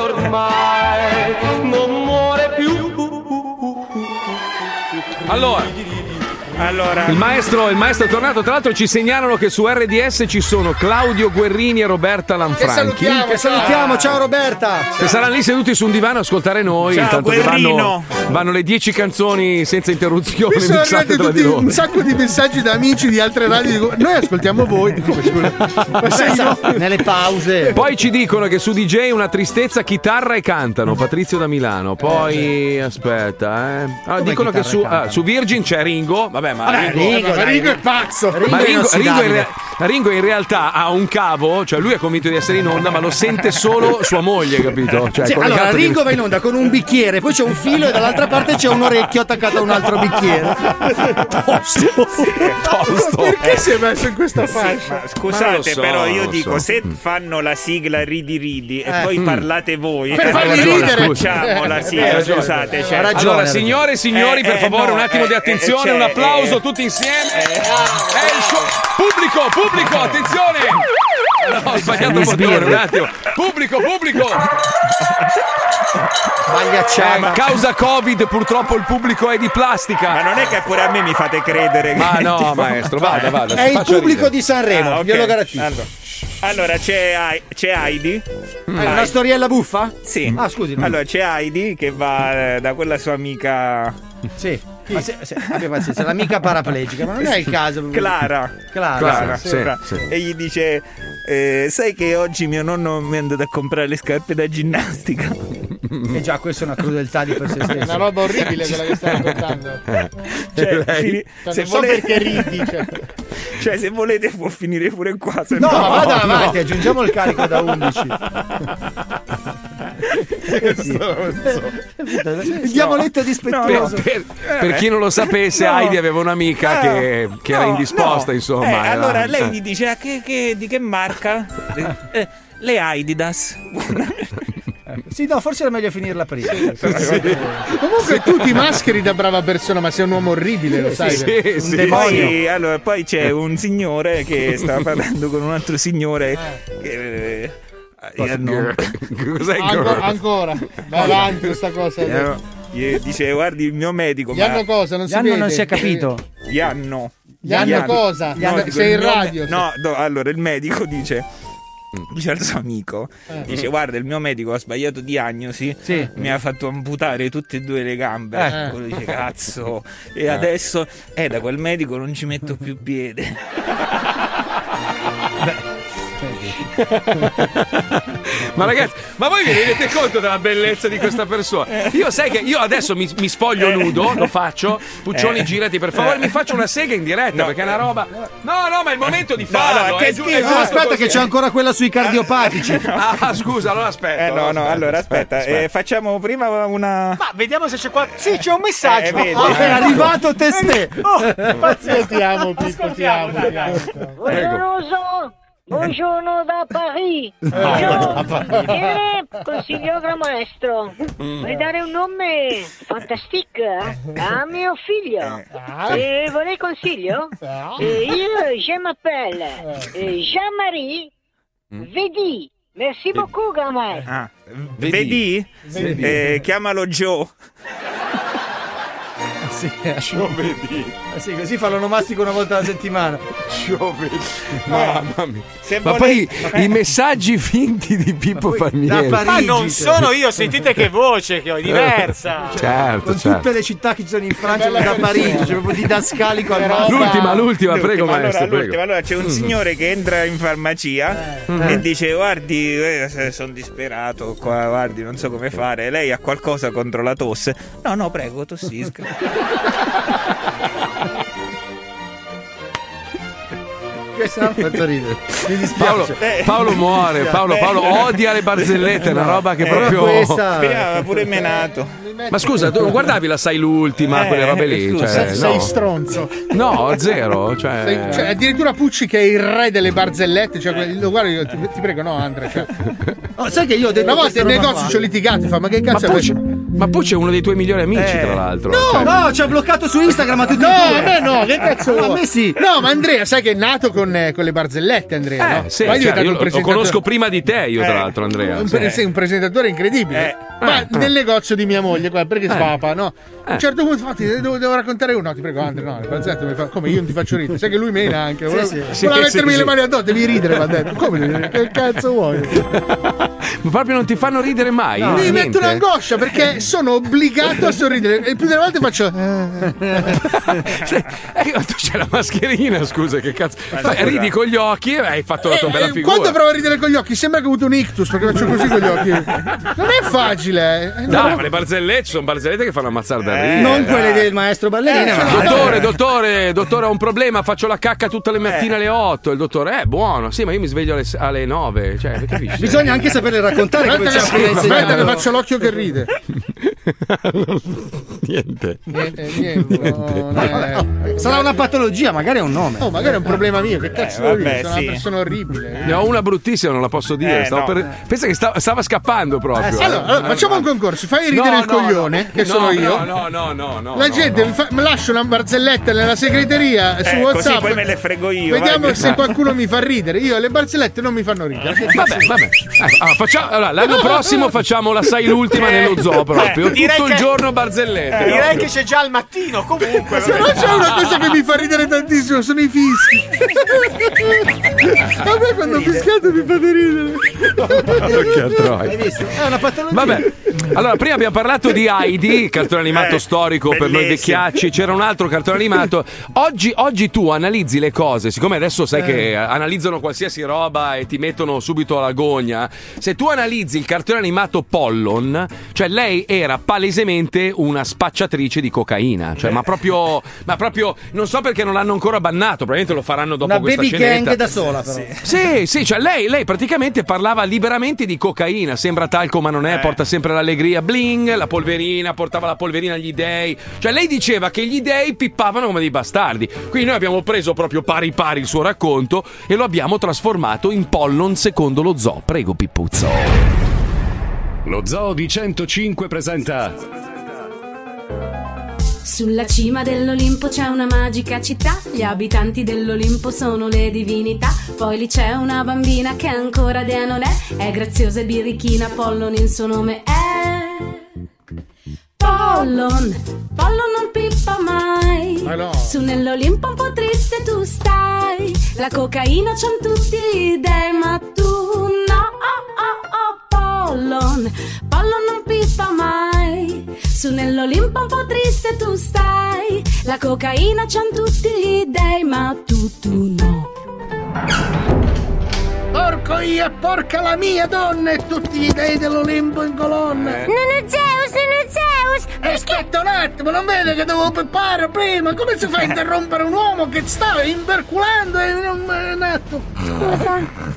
ormai non muore più. Allora, Allora. Il maestro, il maestro è tornato. Tra l'altro ci segnalano che su R D S ci sono Claudio Guerrini e Roberta Lanfranchi. Che salutiamo, che salutiamo. Ciao Roberta. Che saranno lì seduti su un divano a ascoltare noi. Ciao, intanto che vanno, vanno le dieci canzoni senza interruzioni. Mi sono mixate arrivati tra tutti di loro. un sacco di messaggi da amici di altre radio. Dico, noi ascoltiamo voi. Dico, scusa, ma sei no? Nelle pause. Poi ci dicono che su D J una tristezza, chitarra e cantano. Patrizio da Milano. Poi aspetta, eh. Ah, dicono che su, ah, su Virgin c'è Ringo. Vabbè, ma Vabbè, Ringo, Ringo, dai, Ringo è pazzo. Ma Ringo, Ringo, in re- Ringo in realtà ha un cavo, cioè lui è convinto di essere in onda, ma lo sente solo sua moglie, capito? Cioè, Sì, allora Ringo va in onda con un bicchiere, poi c'è un filo e dall'altra parte c'è un orecchio attaccato a un altro bicchiere. Tosto. Tosto. Perché si è messo in questa fascia? Ma scusate, so, però io lo dico, so. se fanno la sigla ridi ridi e Eh. poi Mm. parlate voi, Per eh, farli allora ridere. facciamo la Eh, sigla, hai ragione. scusate. Cioè. Ha ragione. Allora, signore e signori, Eh, per eh, favore, no, un attimo eh, di eh, attenzione, cioè, un applauso eh, tutti insieme. È il suo pubblico, pubblico, attenzione! No, ho sbagliato il bottone, un attimo. Pubblico, pubblico! Sbagliacciata. Eh, ma causa Covid, purtroppo il pubblico è di plastica. Ma non è che pure a me mi fate credere che Ma no, tipo- maestro, vada, vada. È il faccia pubblico ridere. di Sanremo, Ah, ok. glielo garantisco. Allora, allora c'è, Ai- c'è Heidi. È una storiella buffa? Sì. Ah, scusi. Allora c'è Heidi che va eh, da quella sua amica Sì. Ma se, se, abbia pazienza, l'amica paraplegica, ma non è il caso. Clara. Clara. Clara, sì, Clara. sì. E gli dice: eh, sai che oggi mio nonno mi è andato a comprare le scarpe da ginnastica. E già questa è una crudeltà di per sé È una stessa. roba orribile quella che stai raccontando. Cioè, lei? fini- Cioè, se non so volete, perché ridi. Cioè. cioè, se volete può finire pure qua. Se No, no, ma vada no. avanti, aggiungiamo il carico da undici. Il diavoletto dispettoso. Per, per chi non lo sapesse, No. Heidi aveva un'amica No. che, che era No, indisposta, no. insomma. Eh, era- allora lei eh. gli dice: ah, che, che- di che marca? Eh, le Adidas. Sì, no, forse era meglio finirla prima. Comunque tu ti mascheri da brava persona, ma sei un uomo orribile, lo sai. Sì, Un sì. demonio. Poi, allora, poi c'è un signore che stava parlando con un altro signore. Che, eh, io no. Cos'è Anco- girl? ancora. Vai avanti questa cosa. Eh, gli dice: guardi, il mio medico. Gli ma hanno cosa? Non si Gianno vede. non si è capito. Gli hanno. Gli hanno cosa? No, No, dico, sei il in mio me- radio. No, no, allora il medico dice. Dice al suo amico, Eh. dice: guarda, il mio medico ha sbagliato diagnosi, Sì. mi ha fatto amputare tutte e due le gambe. Eh. Quello dice: cazzo, e adesso eh, da quel medico non ci metto più piede. Ma ragazzi, ma voi vi rendete conto della bellezza di questa persona? Io sai che io adesso mi, mi spoglio nudo, lo faccio. Puccioni, Eh. girati per favore, mi faccio una sega in diretta No. perché è una roba. No, no, ma è il momento di No, farlo. no, che è giu- è schifo. No, giusto aspetta così. che c'è ancora quella sui cardiopatici. Ah, scusa, allora aspetta. Eh no, no, aspetta, allora aspetta, aspetta. eh, facciamo prima una. Ma vediamo se c'è qua. Sì, c'è un messaggio. Eh, vedi. Oh, è arrivato testè. Io ti amo, Pippo, ti amo, ti amo. Buongiorno, buongiorno da Paris. Buongiorno, consiglio gran maestro. Vuoi dare un nome fantastico a mio figlio? E vorrei consiglio? E io, je m'appelle eh, Jean-Marie Vedi. Merci beaucoup, grand maestro. Ah, vedi? Vedi. Eh, chiamalo Joe. Sì, vedi. Sì, così fa l'onomastico una volta alla settimana. Mamma mia. Se Ma vuole- poi i messaggi finti di Pippo Palmieri. da Ma non Parigi, sono io, sentite che voce che ho, è diversa. Certo, Con certo. tutte le città che ci sono in Francia, da Parigi, c'è proprio didascalico al massimo. L'ultima, l'ultima, prego, L'ultima, allora, maestro, prego. l'ultima. Allora c'è un Mm. signore che entra in farmacia Eh. e dice: guardi, eh, sono disperato qua, guardi, non so come fare. Lei ha qualcosa contro la tosse? No, no, prego, tossisca. Questo mi ha fatto ridere. Mi dispiace. Paolo, Paolo muore, Paolo, Paolo odia le barzellette, è una roba che Eh, proprio. questa- Finiva pure menato. Ma scusa, tu non guardavi la sai l'ultima, Eh, quelle robe lì? scusa, Cioè, Sei no. stronzo. No, zero. Cioè... Sei- cioè, addirittura Pucci che è il re delle barzellette. Cioè, quelli- lo guardo io, ti, ti prego, no, Andre. Cioè. Oh, sai che io ho detto Una volta questa in roba negozio qua? ci ho litigato. Fa, ma che Ma cazzo Pucci, è? ma Pucci è uno dei tuoi migliori amici, Eh. tra l'altro. No, Cioè, No, ci ha bloccato su Instagram a tutti No, e due. a me no, che cazzo No, vuoi? a me sì. No, ma Andrea, sai che è nato con con, eh, con le barzellette, Andrea. Eh, no? sì, Poi è cioè, diventato io un lo presentatore- conosco prima di te, io tra l'altro, Andrea. Un, Sì. pre- sì, un presentatore incredibile. Eh. Ma Eh. nel negozio di mia moglie, qua, perché Eh. spapa, no? A Eh. un certo punto, infatti, devo, devo raccontare uno. No, ti prego, Andrea, no, le barzellette mi fa. Come io non ti faccio ridere? Sai che lui mena anche. Voleva, sì. voleva Sì, mettermi sì, le sì. mani addosso, devi ridere, va detto. Come? Che cazzo vuoi? Ma proprio non ti fanno ridere mai? mi Niente? metto un'angoscia perché sono obbligato a sorridere. E più delle volte faccio. Eh, tu c'hai la mascherina, scusa, che cazzo. Fai- ridi con gli occhi e hai fatto la tua Eh, bella eh, figura. Quando provo a ridere con gli occhi sembra che ho avuto un ictus perché faccio così con gli occhi. Non è facile. eh. Dai, No. ma le barzellette ci sono barzellette che fanno ammazzare da ridere. Non quelle dai. del maestro Ballerina, Eh, ma cioè, Dottore, dottore, dottore, ho un problema, faccio la cacca tutte le mattine alle otto. Il dottore, eh, buono, sì, ma io mi sveglio alle, alle nove. Cioè, capisci? bisogna anche saperle raccontare come Aspetta ci che, ha appena aspetta che insegnato. faccio l'occhio che ride. Niente. Niente, niente. no, non è- Sarà una patologia, magari è un nome. Oh, magari è un problema mio. Che cazzo devo dire? vabbè, Sono sì. una persona orribile. Ne ho una bruttissima, non la posso dire. Eh, Stavo no. per- Pensa che stava, stava scappando proprio. Allora, eh. allora, facciamo un concorso. Fai ridere No, il no, coglione, no. che No, sono io. No, no, no, no. La no, gente no. mi, fa- mi lascia una barzelletta nella segreteria su Eh, WhatsApp. così poi me le frego io. Vediamo vai. se qualcuno mi fa ridere. Io le barzellette non mi fanno ridere. Che cazzo- Vabbè, vabbè. Eh, allora, facciamo- allora, l'anno prossimo facciamo la sai l'ultima nello zoo proprio. Eh, direi Tutto il che- giorno barzellette. Direi proprio. che c'è già al mattino, comunque. Se no c'è una cosa che mi fa ridere tantissimo, sono i fischi. A me quando ho fischiato mi fate ridere. Che atroce. Hai visto? È una patologia. Vabbè, allora prima abbiamo parlato di Heidi, cartone animato Eh, storico per noi bellissimo. vecchiacci. C'era un altro cartone animato. Oggi, oggi tu analizzi le cose, siccome adesso sai che analizzano qualsiasi roba e ti mettono subito alla gogna. Se tu analizzi il cartone animato Pollon, cioè lei era palesemente una spacciatrice di cocaina. Cioè, ma proprio, ma proprio, non so perché non l'hanno ancora bannato. Probabilmente lo faranno dopo Una questa baby scenetta. gang da sola, però. Sì, sì, cioè lei, lei praticamente parlava liberamente di cocaina, sembra talco ma non è, porta sempre l'allegria, bling, la polverina, portava la polverina agli dei, cioè lei diceva che gli dei pippavano come dei bastardi, quindi noi abbiamo preso proprio pari pari il suo racconto e lo abbiamo trasformato in Pollon secondo lo zoo. Prego Pippuzzo. Lo Zoo di centocinque presenta Sulla cima dell'Olimpo c'è una magica città, gli abitanti dell'Olimpo sono le divinità, poi lì c'è una bambina che ancora dea non è, è graziosa e birichina, Pollon il suo nome è. Pollon, Pollon non pippa mai, Ma no. su nell'Olimpo un po' triste tu stai, la cocaina c'han tutti gli dei ma tu no, oh oh oh Pollon, Pollon non pippa mai, su nell'Olimpo un po' triste tu stai, la cocaina c'han tutti gli dei ma tu tu no. Porco io e porca la mia donna e tutti gli dei dell'Olimpo in colonna. Nonno Zeus, nonno Zeus! Aspetta un attimo, non vede che devo peppare prima? Come si fa a interrompere un uomo che stava imperculando e non un attimo? Scusa.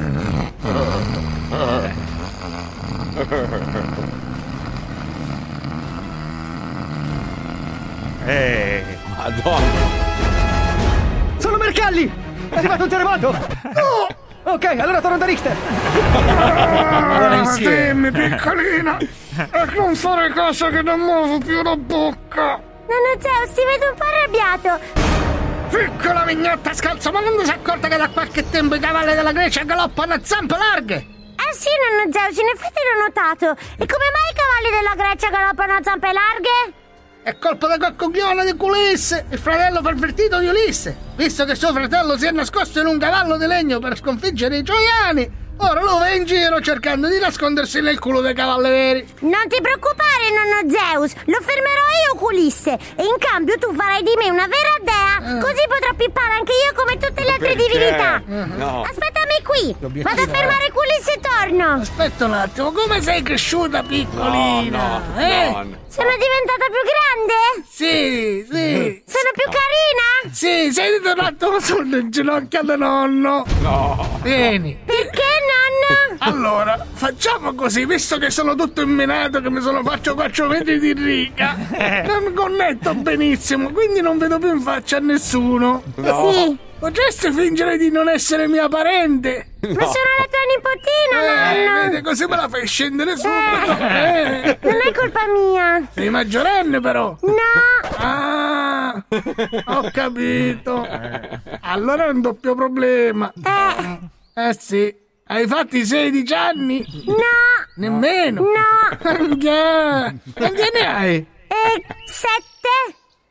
Eh. Madonna. Sono Mercalli! È arrivato un terremoto! No! Ok, allora torno da Richter! Ah, dimmi piccolina, e non fare caso che non muovo più la bocca. Nonno Zeus, ti vedo un po' arrabbiato. Piccola mignotta scalza, ma non ti sei accorta che da qualche tempo i cavalli della Grecia galoppano a zampe larghe? Eh sì, nonno Zeus, in effetti l'ho notato. E come mai i cavalli della Grecia galoppano a zampe larghe? È colpa del coccoglione di Ulisse, il fratello pervertito di Ulisse, visto che suo fratello si è nascosto in un cavallo di legno per sconfiggere i troiani. Ora lui va in giro cercando di nascondersi nel culo dei cavalli veri. Non ti preoccupare, nonno Zeus, lo fermerò io con Ulisse. E in cambio tu farai di me una vera dea, così potrò pippare anche io come tutte le altre Perché? divinità. No. Aspettami qui, L'obiettivo vado a fermare Ulisse e torno. Aspetta un attimo, come sei cresciuta piccolina? No, no, eh? no. Sono diventata più grande? Sì, sì. Sono più carina? Sì, sei tornato sulle ginocchia di nonno. No. Vieni. Perché, nonno? Allora, facciamo così, visto che sono tutto immenato, che mi sono faccio quattro metri di riga, non connetto benissimo, quindi non vedo più in faccia a nessuno. No. Sì. Potresti fingere di non essere mia parente? Ma sono la tua nipotina, Eh, nonno. vedi, così me la fai scendere subito. Eh. Non è colpa mia. Sei maggiorenne però. No. Ah, Ah, ho capito. Allora è un doppio problema. Eh. Eh sì. Hai fatto i sedici anni? No. Nemmeno? No. Anche. Quanti ne hai? Eh, sette.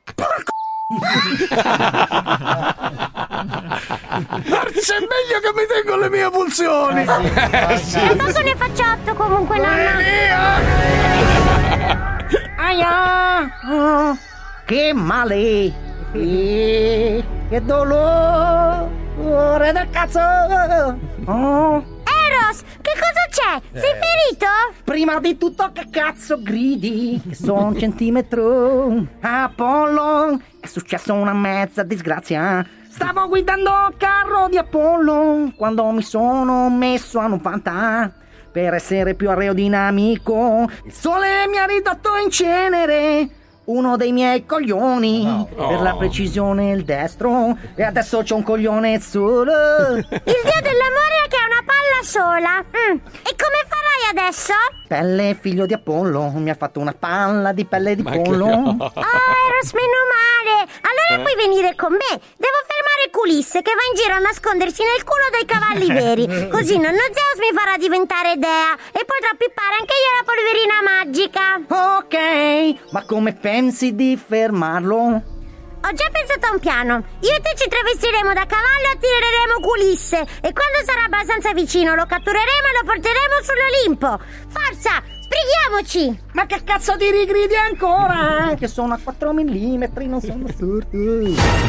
Forse è meglio che mi tengo le mie pulsioni. Eh, sì. E poco ne faccio otto comunque, nonna. Aia! Oh, che male! Eh, che dolore del cazzo! Oh. Eros, che cosa c'è? Sei Eh. ferito? Prima di tutto, che cazzo gridi? Che sono un centimetro. Apollo, è successa una mezza disgrazia. Stavo guidando il carro di Apollo quando mi sono messo a novanta per essere più aerodinamico. Il sole mi ha ridotto in cenere uno dei miei coglioni, No. per la precisione il destro, e adesso c'ho un coglione solo. Il dio dell'amore che ha una palla sola. Mm. E come farai adesso? Pelle, figlio di Apollo, mi ha fatto una palla di pelle di Ma pollo. che- Oh, Eros, meno male. Allora Eh? puoi venire con me. Devo fermare Culisse che va in giro a nascondersi nel culo dei cavalli veri. Così nonno Zeus mi farà diventare dea e potrò pippare anche io la polverina magica. Ok, ma come pensi di fermarlo? Ho già pensato a un piano. Io e te ci travestiremo da cavallo e attireremo Culisse. E quando sarà abbastanza vicino lo cattureremo e lo porteremo sull'Olimpo. Forza, sbrighiamoci! Ma che cazzo di rigridi ancora? Che sono a quattro millimetri, non sono assurdi.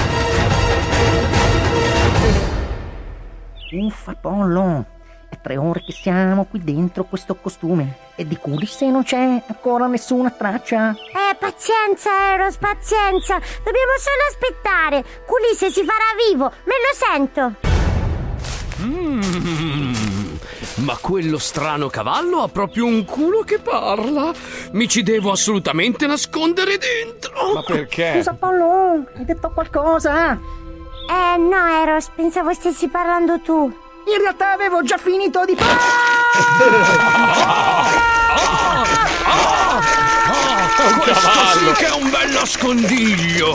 Uffa, Apollo. È tre ore che siamo qui dentro questo costume. E di Culisse non c'è ancora nessuna traccia. Eh, pazienza, Eros, pazienza. Dobbiamo solo aspettare. Culisse si farà vivo, me lo sento. Mm, ma quello strano cavallo ha proprio un culo che parla. Mi ci devo assolutamente nascondere dentro. Ma perché? Scusa, Apollo, hai detto qualcosa? Eh, no, Eros, pensavo stessi parlando tu. In realtà avevo già finito di parlare. Questo sì che è un bel nascondiglio.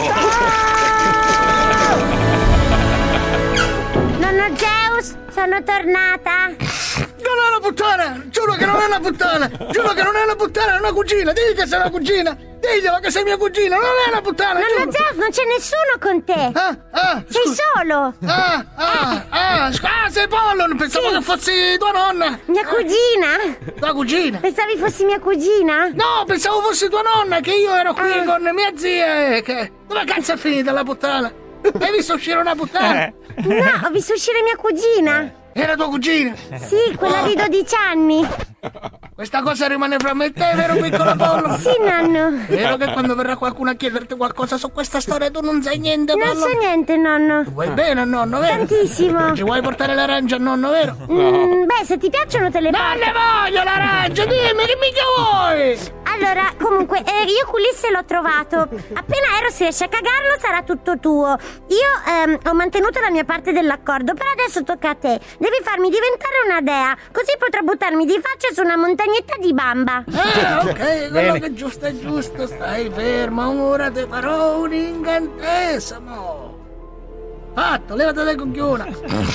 Nonno Zeus, sono tornata. Non è una puttana! Giuro che non è una puttana! Giuro che non è una puttana, è una cugina! Digli che sei una cugina! Diglielo che sei mia cugina! Non è una puttana! Nonno Zeus, non c'è nessuno con te! Ah, ah, sei scusa. solo! Ah, ah, ah, sc- ah, sei Pollo! Pensavo Sì. che fossi tua nonna! Mia cugina? Tua cugina? Pensavi fossi mia cugina? No, pensavo fossi tua nonna, che io ero qui Ah. con mia zia e che... Dove cazzo è finita la puttana? Hai visto uscire una puttana? No, ho visto uscire mia cugina! Era tua cugina? Sì, quella di dodici anni! Questa cosa rimane fra me e te, vero piccolo Pollo? Sì, nonno! Vero che quando verrà qualcuno a chiederti qualcosa su questa storia tu non sai niente, Non Pollo? so niente, nonno! Vuoi bene a nonno, vero? Tantissimo! Ci vuoi portare l'arancia a nonno, vero? Mm, beh, se ti piacciono te le Non porto. ne voglio l'arancia, dimmi che mica vuoi! Allora, comunque, eh, io Culisse l'ho trovato. Appena Eros riesce a cagarlo sarà tutto tuo. Io ehm, ho mantenuto la mia parte dell'accordo, però adesso tocca a te. Devi farmi diventare una dea, così potrò buttarmi di faccia su una montagnetta di bamba. Ah, ok, quello Bene. che è giusto è giusto, stai fermo, ora ti farò un incantesimo. Fatto, levate dal coglione.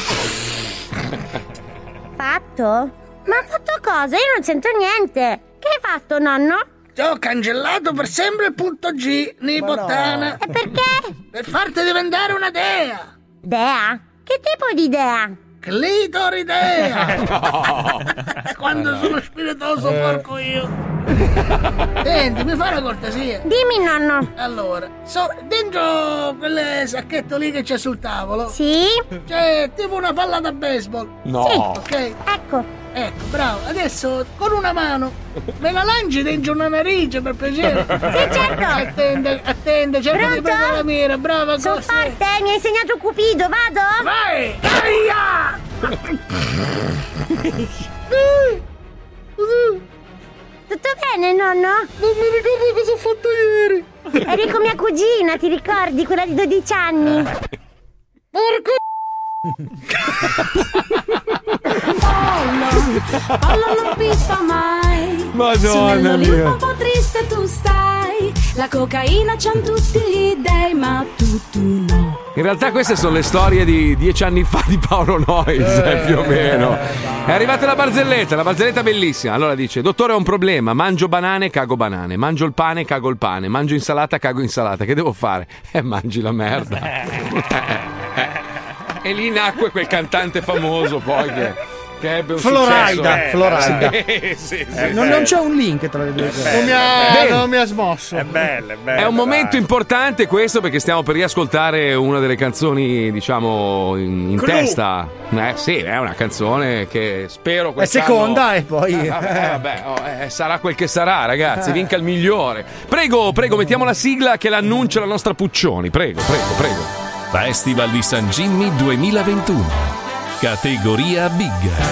Fatto? Ma ha fatto cosa? Io non sento niente. Che hai fatto, nonno? Ti ho cancellato per sempre il punto G, nipottana. E perché? Per farti diventare una dea. Dea? Che tipo di dea? Clitoridea. Quando sono spiritoso porco io. Senti, mi fai una cortesia? Dimmi, nonno. Allora, so, dentro quel sacchetto lì che c'è sul tavolo Sì? c'è tipo una palla da baseball. No. Sì. Ok? Ecco. Ecco, bravo. Adesso con una mano me la lanci dentro una narice per piacere. Sì, certo. Attende, attende, cerca di Pronto? prendere la mira, brava. Sono cosa- forte, mi ha insegnato Cupido, vado? Vai! Aia! Tutto bene, nonno? Non mi ricordo cosa ho fatto ieri. Eri con mia cugina, ti ricordi? Quella di dodici anni. Porco! Pollo non pippa mai. Madonna Sul mia. un po' triste tu stai. La cocaina c'han tutti gli dei, ma tu, tu no. In realtà queste sono le storie di dieci anni fa di Paolo Noyes, eh, più o meno. È arrivata la barzelletta, la barzelletta bellissima. Allora dice: dottore, ho un problema, mangio banane, cago banane, mangio il pane, cago il pane, mangio insalata, cago insalata, che devo fare? Eh, mangi la merda. E lì nacque quel cantante famoso poi che... che ebbe un Florida, successo. Florida. Sì, sì, sì, non, sì. non c'è un link tra le due cose. Non mi ha, Bene. non mi ha smosso. È bello, è bello. È un momento importante questo, perché stiamo per riascoltare una delle canzoni, diciamo, in, in Clou. testa. Eh sì, è una canzone che spero È quest'anno... seconda e poi. Eh, vabbè, vabbè, oh, eh, sarà quel che sarà, ragazzi, Eh. vinca il migliore. Prego, prego, mettiamo la sigla che l'annuncia la nostra Puccioni. Prego, prego, prego. Festival di San Jimmy duemilaventuno. Categoria Big.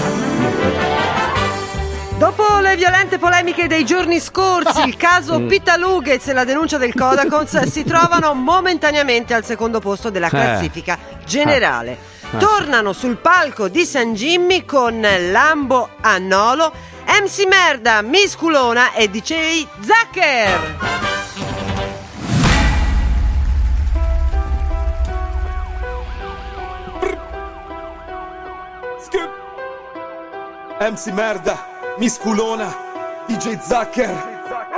Dopo le violente polemiche dei giorni scorsi, il caso Mm. Pita Lugez e la denuncia del Codacons si trovano momentaneamente al secondo posto della classifica generale. Eh. Tornano sul palco di San Jimmy con Lambo Annolo, M C Merda, Miss Culona e D J Zucker. M C Merda, Miss Culona, D J Zucker.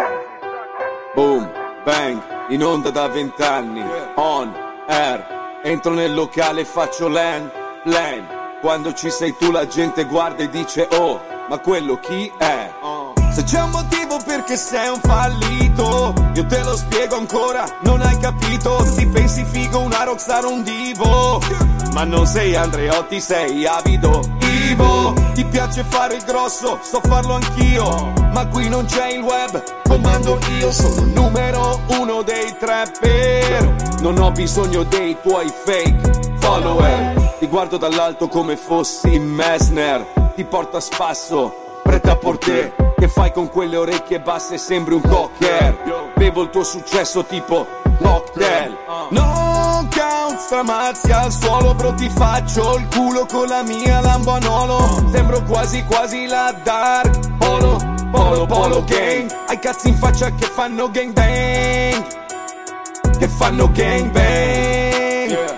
Boom, bang, in onda da vent'anni, on, air. Entro nel locale e faccio land, plan. Quando ci sei tu la gente guarda e dice oh, ma quello chi è? Se c'è un motivo perché sei un fallito, io te lo spiego ancora, non hai capito. Ti pensi figo, una rockstar, un divo, ma non sei Andreotti, sei avido. Ivo, ti piace fare il grosso, so farlo anch'io, ma qui non c'è il web, comando io. Sono il numero uno dei trapper, non ho bisogno dei tuoi fake follower. Ti guardo dall'alto come fossi Messner, ti porto a spasso, preta a porter. Che fai con quelle orecchie basse? Sembri un cocker. Bevo il tuo successo tipo cocktail. Non count, stramazzi al suolo, bro, ti faccio il culo con la mia Lambo Annolo. Sembro quasi quasi la Dark Polo, Polo, Polo Gang. Hai cazzi in faccia che fanno gang bang, che fanno gang bang.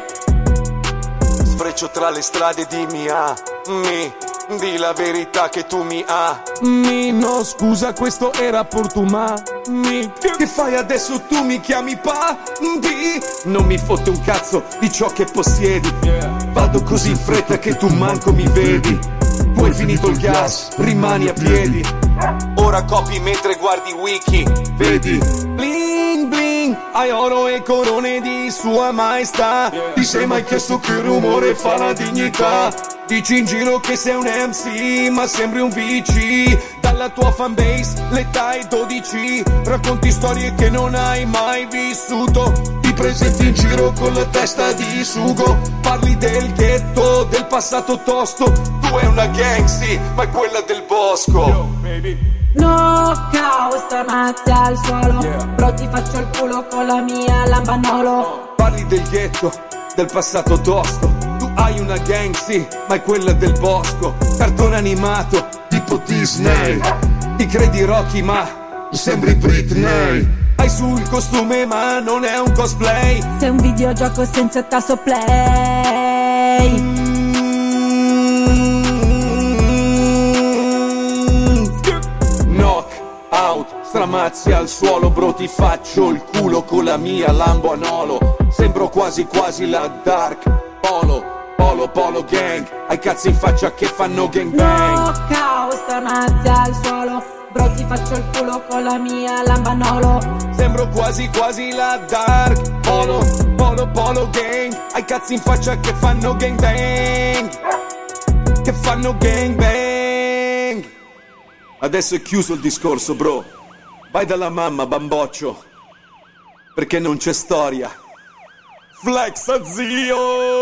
Sfreccio tra le strade, dimmi ah, mi di la verità che tu mi ami. No, scusa, questo era portumami. Che fai adesso? Tu mi chiami pa? Di? Non mi fotte un cazzo di ciò che possiedi. Vado così in fretta che tu manco mi vedi. Tu hai finito il gas, rimani a piedi. Ora copi mentre guardi wiki, vedi? Bling bling, hai oro e corone di sua maestà. Ti sei mai chiesto che rumore fa la dignità? Dici in giro che sei un M C, ma sembri un V C. Dalla tua fanbase l'età è dodici. Racconti storie che non hai mai vissuto. Ti presenti in giro con la testa di sugo. Parli del ghetto, del passato tosto. Tu è una gang, sì, ma è quella del bosco. Yo, baby. No, caos, stramazzi al suolo. Bro, ti faccio il culo con la mia Lambo Annolo. Parli del ghetto, del passato tosto. Tu hai una gang, sì, ma è quella del bosco. Cartone animato, tipo Disney. Ti credi Rocky, ma sembri Britney. Hai sul costume, ma non è un cosplay. Sei un videogioco senza tasto play. Knock out, stramazzi al suolo, bro, ti faccio il culo con la mia Lambo Annolo. Sembro quasi quasi la Dark Polo, Polo, Polo Gang. Hai cazzi in faccia che fanno gang bang. No, caos, stramazzi al suolo. Bro, ti faccio il culo con la mia Lambo Annolo. Sembro quasi quasi la Dark Polo, Polo, Polo Gang. Hai cazzi in faccia che fanno gang bang, che fanno gang bang. Adesso è chiuso il discorso, bro. Vai dalla mamma, bamboccio, perché non c'è storia. Flexa, zio!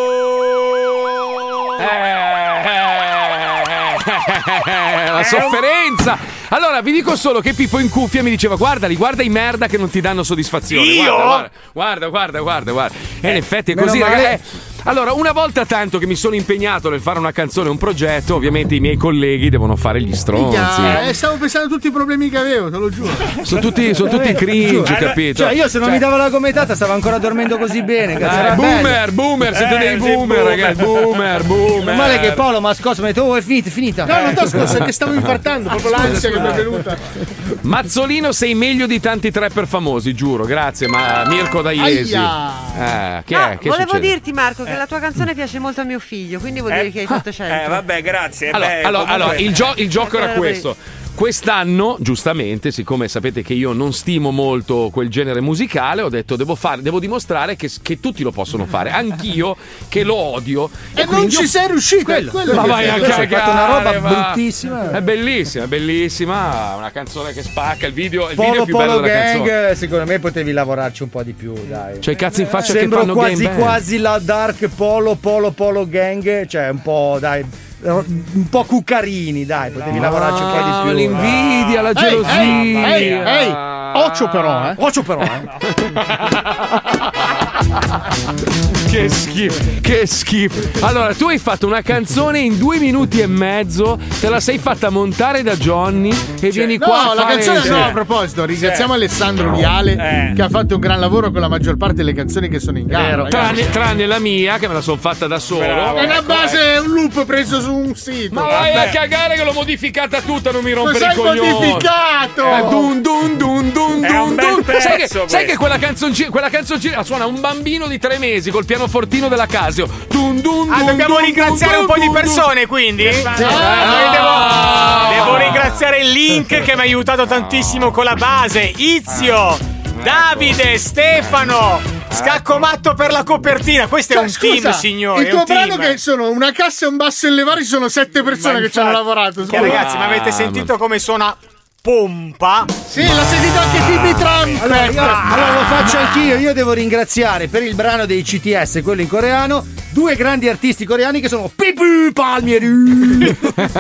La sofferenza. Allora vi dico solo che Pippo in cuffia mi diceva: guardali, guarda i merda che non ti danno soddisfazione. Io? Guarda, guarda, guarda, guarda, guarda, guarda. E in effetti è Meno così, male- ragazzi. Allora, una volta tanto che mi sono impegnato nel fare una canzone, un progetto, ovviamente i miei colleghi devono fare gli stronzi. Eh, stavo pensando a tutti i problemi che avevo, te lo giuro. Sono tutti, sono tutti cringe, capito? Cioè, io se non Cioè- mi davo la gomitata stavo ancora dormendo così bene. Cazzo, Eh, era boomer, bello. boomer, siete Eh, dei sì, boomer, ragazzi. Boomer, boomer. Meno male che Paolo mi ha scosso, mi ha detto, oh, è finita, è finita. No, non t'ho scosso, è che stavo infartando, proprio l'ansia che mi è venuta. Mazzolino, sei meglio di tanti trapper famosi, giuro, grazie, ma Mirko da Iesi. Aia. Eh, che No, è? Che volevo succede? dirti, Marco, che la tua canzone piace molto a mio figlio, quindi vuol dire che hai fatto cento. Eh, vabbè, grazie. Allora, Beh, allora, comunque- allora, il, gio- il gioco era Allora, questo. Quest'anno, giustamente, siccome sapete che io non stimo molto quel genere musicale, ho detto devo, fare, devo dimostrare che, che tutti lo possono fare, anch'io che lo odio. E non quindi ci ho- sei riuscito, Quello, è quello ma che- vai a Hai cagare, fatto una roba va. bruttissima. È bellissima, è bellissima, una canzone che spacca, il video, il video Polo è più bello Polo della Gang, canzone. secondo me potevi lavorarci un po' di più, dai. C'hai i cazzi in faccia Sembro che fanno quasi gang bang. quasi la Dark Polo Polo Polo Gang, cioè un po', dai, un po' cuccarini, dai, potevi lavorarci un po' di più. L'invidia, la Ehi, gelosia. ehi, ehi, ehi, occhio però, eh. Occhio però, eh. Che schifo, che schifo. Allora, tu hai fatto una canzone in due minuti e mezzo, te la sei fatta montare da Johnny e vieni No, qua a la fare... canzone no, a proposito, ringraziamo Alessandro Viale che ha fatto un gran lavoro con la maggior parte delle canzoni che sono in gara. Vero. ragazzi. Tranne, tranne la mia, che me la sono fatta da solo. È una base, è un loop preso su un sito. Ma vai Vabbè. a cagare che l'ho modificata tutta, non mi rompere Cosa i hai coglioni. modificato? Eh, dun dun dun dun È un dun bel dun. pezzo Sai che, questo. sai che quella canzoncina, quella canzoncina la suona un bambino di tre mesi col pianofortino della Casio. Dun dun Ah, dun dobbiamo dun ringraziare dun un po' di dun dun. persone, quindi? Eh, no. noi devo, devo ringraziare il Link che mi ha aiutato tantissimo con la base. Izio, Davide, Stefano, Scacco Matto per la copertina. Questo Cioè, è un scusa, team, signore. il è tuo un team. brano che sono una cassa e un basso e levare, ci sono sette persone Ma che ci hanno infatti, lavorato. Che scusa. ragazzi, ma avete sentito come suona pompa? Sì, l'ha sentito anche Tibi Trump. Allora, io- allora lo faccio anch'io, io devo ringraziare per il brano dei C T S, quello in coreano, due grandi artisti coreani che sono Pipu Palmieri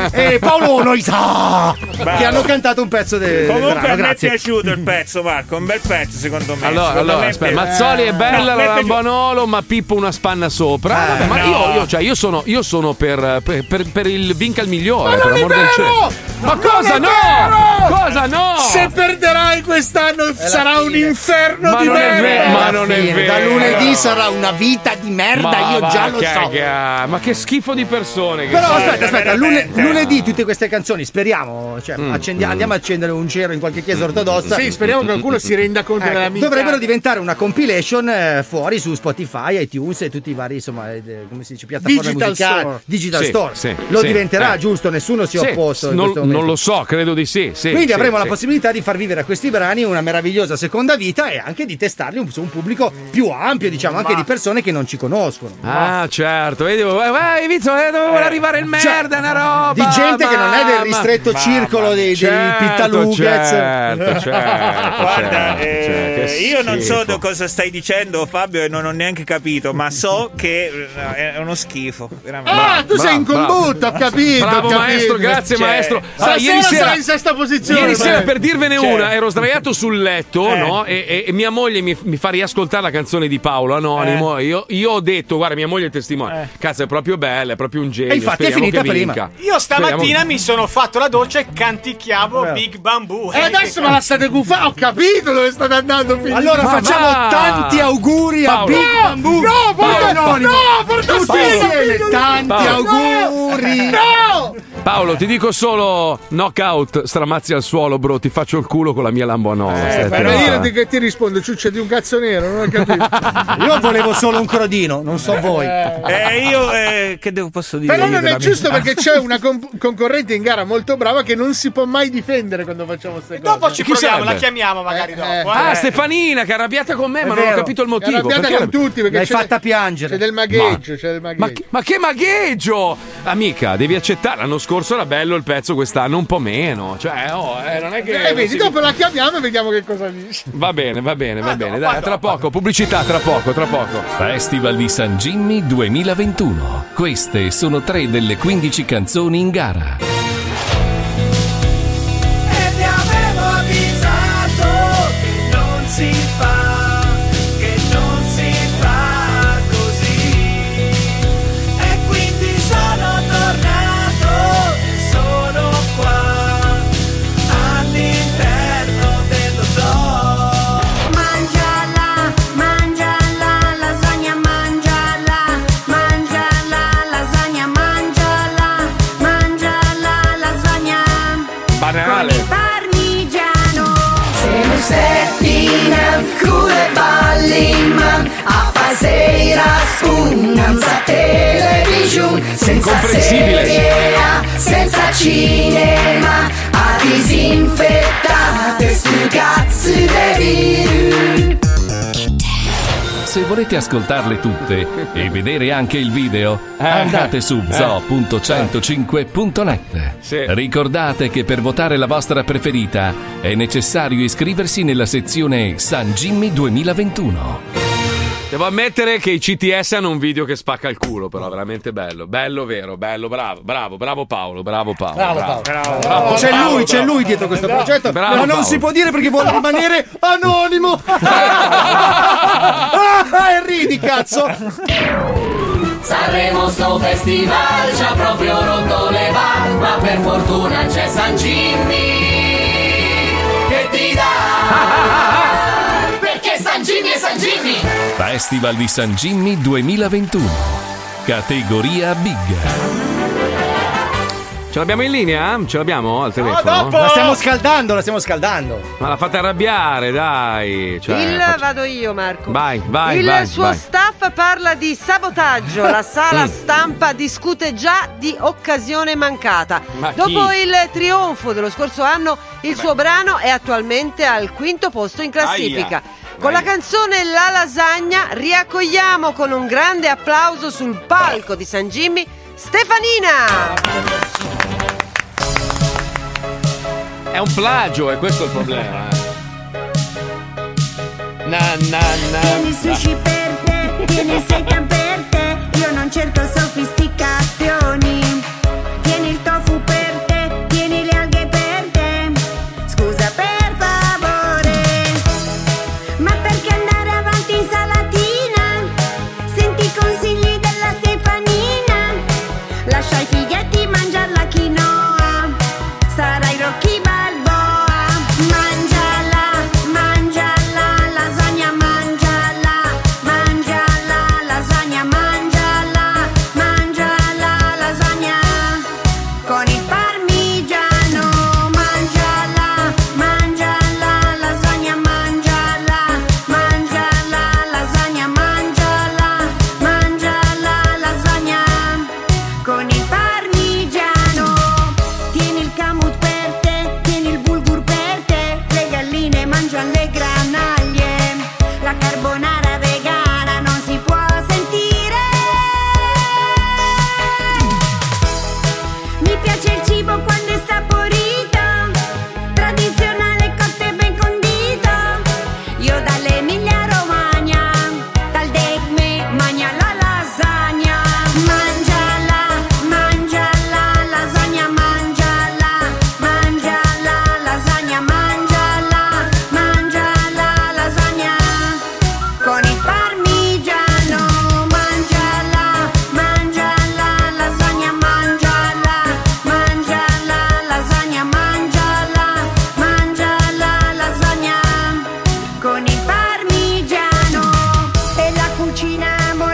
e Paolo Noisa, che hanno cantato un pezzo del Comunque brano. a me è Grazie. piaciuto il pezzo, Marco, un bel pezzo secondo me. Allora, Secondo allora me aspetta, è- Mazzoli è bella, No, la mi è piaciuto- Lambanolo, ma Pippo una spanna sopra. Eh, Vabbè, ma no. io, io, cioè, io sono, io sono per, per, per- per il vinca il migliore, Ma per non è amor del vero! cielo. Ma Non cosa è no? vero! Cosa no? Se perderai quest'anno sarà un inferno Ma di non è merda. vero, ma non è vero. Da lunedì sarà una vita di merda, Ma io va già a lo so. cagare, ma che schifo di persone che Però siete. aspetta, aspetta, lune- veramente. lunedì tutte queste canzoni, speriamo, cioè, Mm, accendi- andiamo a accendere un cero in qualche chiesa ortodossa. Sì, speriamo che qualcuno si renda conto Ecco, della minchia. dovrebbero diventare una compilation eh, fuori su Spotify, iTunes e tutti i vari, insomma, eh, come si dice, piattaforme Digital musicali, Store. Digital Sì, Store. sì, lo sì, diventerà, eh. giusto? Nessuno si è Sì, opposto in non, questo momento. non lo so, credo di sì. sì Quindi sì, avremo sì. la possibilità di far vivere a questi brani una meravigliosa seconda vita e anche di testarli un- su un pubblico più ampio, diciamo, anche Ma- di persone che non ci conoscono. Ah, certo, vedi, vai, vai, Vizzo, eh, dove vuole arrivare il merda, una roba. Di gente che non è del ma- ristretto ma- circolo dei, certo, dei Pittalughez. Certo, certo, Guarda, certo, eh, cioè, che io non so schifo. do- cosa stai dicendo, Fabio, e non ho neanche capito, ma so che eh, è uno schifo. Veramente. Ah, tu sei in combutta, ho capito. Bravo ho capito. maestro, grazie Cioè, maestro. Stasera ieri sera, sarai in sesta posizione. ieri sera, dai. per dirvene Cioè. una, ero sdraiato sul letto, Eh. no? E, e- e mia moglie mi, mi fa riascoltare la canzone di Paolo Anonimo. Eh. E io, io ho detto, guarda, mia moglie è testimone. Cazzo, è proprio bella, è proprio un genio. E infatti è speriamo finita che prima. vinca. Io stamattina Speriamo- mi sono fatto la doccia e canticchiavo Vero. Big Bamboo. E adesso me la state gufando, ho capito dove state andando. Figli. Allora Ma facciamo va! tanti auguri a Paolo. Big No, Bamboo. no, porca- Anonimo. no, porca Tutti sfiga, insieme, figlio di- tanti Paolo. auguri. No! Paolo, ti dico solo knockout, stramazzi al suolo, bro. Ti faccio il culo con la mia Lambo Anolo. Eh, stai per attento. dire che ti rispondo, ciuccia di un cazzo nero, non ho capito. Io volevo solo un crodino, non so voi. Eh, io eh, che devo posso dire? Però io non della è giusto mia- perché c'è una comp- concorrente in gara molto brava che non si può mai difendere quando facciamo queste cose. Dopo ci Chi proviamo, sarebbe? la chiamiamo magari Eh, dopo. eh. eh. Ah, Stefanina, che è arrabbiata con me, È ma non ho vero. capito il È motivo. arrabbiata Perché con tutti perché L'hai c'è, fatta piangere. c'è del magheggio, c'è del magheggio. Ma, che- ma che magheggio! Amica, devi accettare. L'anno scorso era bello il pezzo, quest'anno un po' meno. Cioè, oh, eh, non è che. Eh, vedi, dopo la chiamiamo e vediamo che cosa dice. Va bene, va bene, va Ah, bene. no, Dai, ma tra no, poco, pubblicità, tra poco, tra poco. Festival di San Jimmy duemilaventuno. Queste sono tre delle quindici canzoni in gara. E ti avevo avvisato che non si fa, che non si fa così. possibile? Senza cinema a disinfettate stu cazzo de virus. Se volete ascoltarle tutte e vedere anche il video, andate su zoo punto centocinque punto net. Sì. Ricordate che per votare la vostra preferita è necessario iscriversi nella sezione San Jimmy duemilaventuno. Devo ammettere che i C T S hanno un video che spacca il culo, però veramente bello, bello vero, bello, bravo, bravo, bravo Paolo, bravo Paolo. Bravo, bravo, Paolo. bravo, c'è bravo, lui, c'è bravo. lui dietro questo Bravo, progetto, bravo, ma non Paolo. si può dire perché vuole rimanere anonimo. Ah, e ridi, cazzo. Sanremo sto festival ci ha proprio rotto le balle, ma per fortuna c'è San Jimmy che ti dà, perché San Jimmy è San Jimmy. Festival di San Jimmy duemilaventuno. Categoria Big. Ce l'abbiamo in linea? Ce l'abbiamo al telefono? La stiamo scaldando, la stiamo scaldando. Ma la fate arrabbiare, dai. Cioè, Il faccio- vado io, Marco. Vai, vai, Il vai, suo vai. staff parla di sabotaggio. La sala Mm. stampa discute già di occasione mancata. Ma chi? Dopo il trionfo dello scorso anno, il suo brano è attualmente al quinto posto in classifica. Aia. Con la canzone La lasagna riaccogliamo con un grande applauso sul palco di San Jimmy Stefanina. È un plagio, e questo è il problema. eh. Na na na. Tieni il sushi per te, tieni il seitan per te. Io non cerco sofisticazioni. Tieni il tofu per te, tieni le alghe per te. Scusa per favore, ma perché andare avanti in salatina? Senti i consigli della Stefanina. Lascia i fighetti, mangiar la quinoa. Sarai Rocky Balboa. Mangiala, mangiala, lasagna, mangiala. Mangiala, lasagna, mangiala. Mangiala, lasagna con il parmigiano. Mangiala, mangiala, lasagna, mangiala. Mangiala, lasagna, mangiala. Mangiala, lasagna con il parmigiano. Tieni il camut per te, tieni il bulgur per te. Le galline mangiano le granaglie. La carbonara vegana non si può sentire. Mi piace il cibo quando è saporito, tradizionale, cotto e ben condito. Io dall'Emilia Romagna, dal Decme, magna la lasagna. Mangiala, mangiala, lasagna, mangiala. Mangiala, lasagna, mangiala. Mangiala, lasagna con il parmigiano. Mangiala, mangiala, lasagna, mangiala. Mangiala, lasagna, mangiala. Mangiala, lasagna con il parmigiano. E la cucina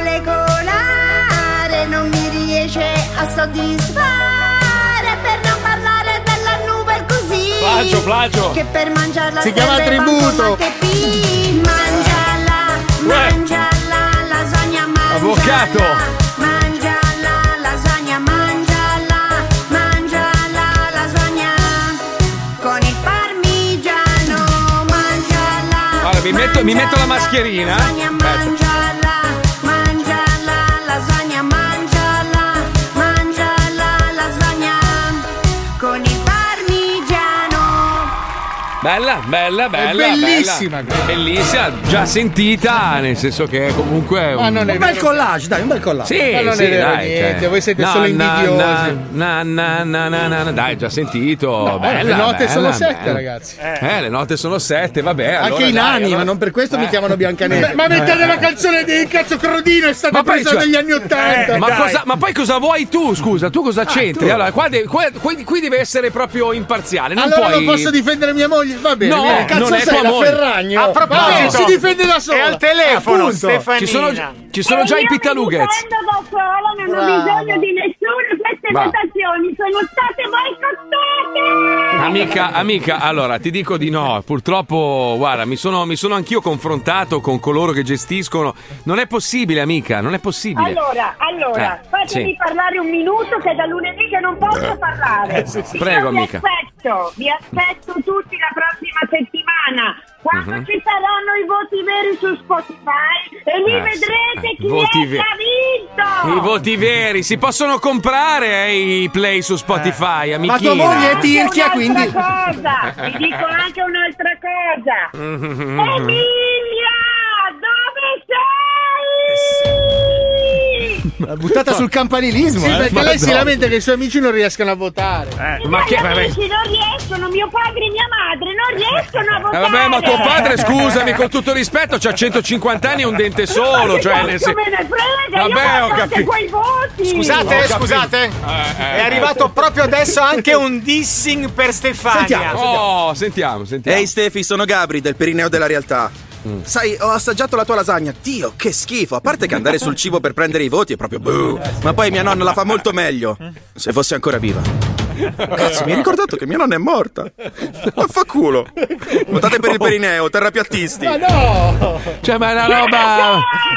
molecolare non mi riesce a soddisfare, per non parlare della nube così. Plagio, plagio. Che per mangiarla Si chiama serve tributo. bancomat e P. Mangiala, mangiala, lasagna, mangiala. Avvocato. Mangiala, lasagna, mangiala. Mangiala, lasagna con il parmigiano. Mangiala. Guarda, mi metto, mi metto la mascherina. Lasagna, Aspetta. mangiala, mangiala, lasagna, mangiala. Mangiala, lasagna con il parmigiano. Bella, bella, bella. È bellissima. Bella. Bellissima, già sentita, nel senso che è comunque Ma un, non è un bel collage, dai, un bel collage. Sì, Ma non sì, è vero dai, niente, cioè. voi siete No, solo na, invidiosi. Na, na, na, na, na, na, dai, già sentito. No, bella, le note bella, sono sette, bella. ragazzi. Eh, le note sono sette, vabbè. Anche allora, i dai, nani, allora- ma non per questo mi Eh. chiamano Biancaneve. Ma mettete la canzone di Cazzo Crodino, è stata Ma poi, presa cioè- negli anni Ottanta. ma, cosa, ma poi cosa vuoi tu, scusa? Tu cosa c'entri? tu. Allora, qua, de- qua- qui, qui deve essere proprio imparziale. Non Allora puoi... non posso difendere mia moglie? Va bene, No, vieni. Cazzo non è sei tua la moglie. Ferragno? A proposito, Va, si difende da sola. è al telefono, Appunto. Stefanina. Ci sono, ci sono già i Pittalughez. da sola, non Brava. ho bisogno di nessuno. Queste Va. votazioni sono state boicottate. Amica, amica, allora ti dico di no. Purtroppo, guarda, mi sono, mi sono anch'io confrontato con coloro che gestiscono. Non è possibile, amica, non è possibile. Allora, allora, Eh, fatemi sì. parlare un minuto che da lunedì che non posso parlare. Eh, sì, sì. Io Prego, vi amica. aspetto, vi aspetto tutti la prossima settimana. Quando Mhm. ci saranno i voti veri su Spotify e lì Eh, vedrete sì. chi Voti è ve- che ha vinto. I voti veri si possono comprare eh, i play su Spotify, amichina. Ma tua moglie è tirchia, Anche quindi. un'altra cosa, vi dico anche un'altra cosa. Emilia, dove sei? L'ha buttata sul campanilismo. Sì, eh. perché lei si lamenta che i suoi amici non riescano a votare. I miei amici non riescono, mio padre e mia madre non riescono a Eh, votare. vabbè, ma tuo padre, scusami, con tutto rispetto, c'ha centocinquanta anni e un dente solo. Cioè, nel sen- me ne frega, io Vabbè, ho voto anche capito. quei voti. Scusate, Ho capito. scusate. eh, È arrivato proprio adesso anche un dissing per Stefania. Oh, sentiamo, sentiamo. Ehi Stefi, sono Gabri del Perineo della Realtà. Sai, ho assaggiato la tua lasagna. Dio, che schifo. A parte che andare sul cibo per prendere i voti è proprio buh. Ma poi mia nonna la fa molto meglio. Se fosse ancora viva. Cazzo, mi hai ricordato che mia nonna è morta. Vaffanculo. Votate per il Perineo, terrapiattisti. Ma no! Cioè, ma è una roba.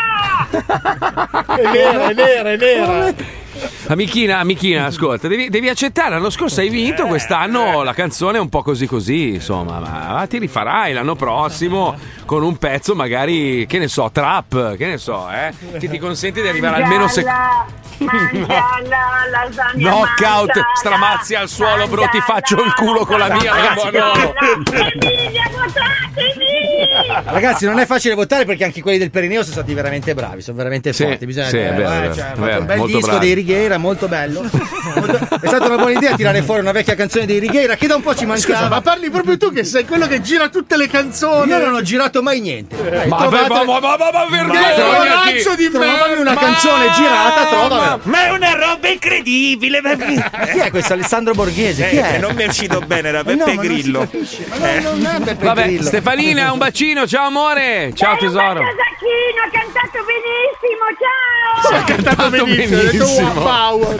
È nera, è nera, è nera. Amichina, amichina, ascolta, devi, devi accettare. L'anno scorso hai vinto, quest'anno la canzone è un po' così così, insomma, ma ti rifarai l'anno prossimo con un pezzo magari, che ne so, trap, che ne so, eh, che ti consente di arrivare almeno se... Mangia la lasagna. Knockout, mangia stramazzi al suolo, bro, ti faccio il culo con la mia. Ragazzi, no. Emilia, votatemi! Ragazzi, non è facile votare perché anche quelli del Perineo sono stati veramente bravi, sono veramente Sì, forti. Bisogna sì, dire, è vero, eh, è vero, cioè, è ha fatto vero, un bel molto disco bravi. dei Righeira, molto bello. Molto- È stata una buona idea tirare fuori una vecchia canzone dei Righeira che da un po' ci mancava. Scusa, ma parli proprio tu che sei quello che gira tutte le canzoni. Io non ho girato mai niente. Dai, Ma, trovate- ma, ma, ma, ma, ma, Trovaccio vergognati! di Trovami una merda. canzone girata, trovamela. Ma è una roba incredibile! Ma Ma chi è questo Alessandro Borghese? Chi Eh, è? non mi è uscito bene, era Eh no, Beppe ma non si Grillo. capisce. Ma no, non è Beppe Vabbè, Grillo. Stefanina, un bacino, ciao amore, ciao tesoro. Zacchino, ha cantato benissimo, ciao! Ha cantato benissimo, ha detto wow,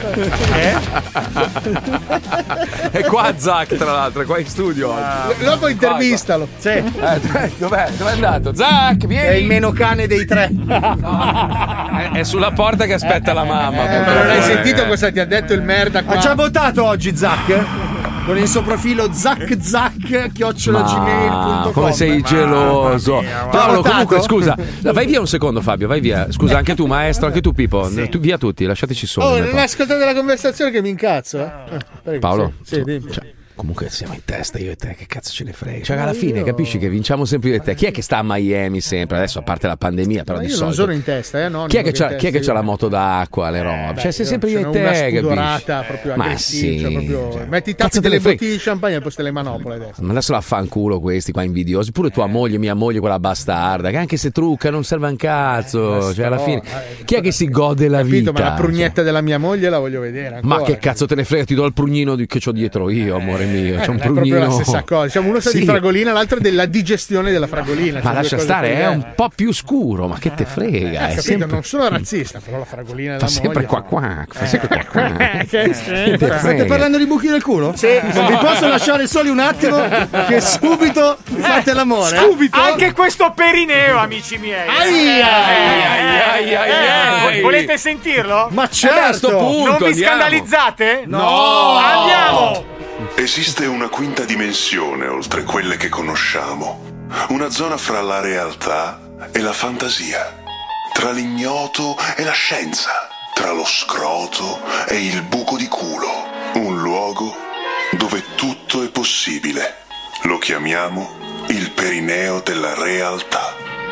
È qua Zac, tra l'altro, è qua in studio oggi. Dopo intervistalo. Sì. Eh, dov'è? Dov'è andato? Zac, vieni! È il meno cane dei tre. È, è sulla porta che aspetta la mamma. Eh, ma non hai sentito cosa ti ha detto il merda qua? Ha già votato oggi Zac? Con il suo profilo zac zac chiocciola gmail punto com. Come sei geloso. L'ha Paolo, votato? comunque, scusa, vai via un secondo, Fabio, vai via. Scusa, anche tu, maestro, anche tu, Pippo. Tu- via tutti, lasciateci solo. Oh, nel non po'. ascoltate la conversazione che mi incazzo, eh? Eh, prego, Paolo, sì, sì, dimmi. cioè, comunque siamo in testa io e te, che cazzo ce ne frega? Cioè, alla fine capisci che vinciamo sempre io e te. Chi è che sta a Miami sempre? Adesso, a parte la pandemia, però Ma di io non solito. sono in testa, eh? No, Chi è che non c'ha, in chi è che testa c'ha la io. moto d'acqua, le robe? Beh, cioè, sei sempre io e sono te, una capisci? spudorata proprio Ma aggressiva, sì, proprio... cioè, metti i cazzo tappi te ne delle frega? bottiglie di champagne al posto delle manopole adesso. Ma adesso la fanculo questi qua invidiosi. Pure tua moglie, mia moglie, quella bastarda. Che anche se trucca non serve un cazzo. Cioè, alla fine, chi è che si gode la Capito, vita? ma la prugnetta della mia moglie la voglio vedere ancora. Ma che cazzo te ne frega? Ti do il prugnino di- che ho dietro io, amore mio. Eh, C'è un non è proprio prugnino. la stessa cosa. Diciamo, uno sa Sì. di fragolina, l'altro della digestione della fragolina. Ma Sono due lascia cose stare, è diverse. un po' più scuro. Ma che te frega? Eh, È capito, sempre. non sono razzista, però la fragolina della Fa sempre moglie. qua qua. Fa sempre qua qua. Che Che te schifo. frega? State parlando di buchi nel culo? Sì. Non vi posso lasciare soli un attimo che subito fate l'amore. Subito? Anche questo perineo, amici miei. Aia! Ai, ai, ai, Eh, ai. volete sentirlo? Ma Eh beh, a certo. sto punto, Non vi andiamo. scandalizzate? No! Andiamo! Esiste una quinta dimensione oltre quelle che conosciamo, una zona fra la realtà e la fantasia, tra l'ignoto e la scienza, tra lo scroto e il buco di culo, un luogo dove tutto è possibile. Lo chiamiamo il Perineo della realtà.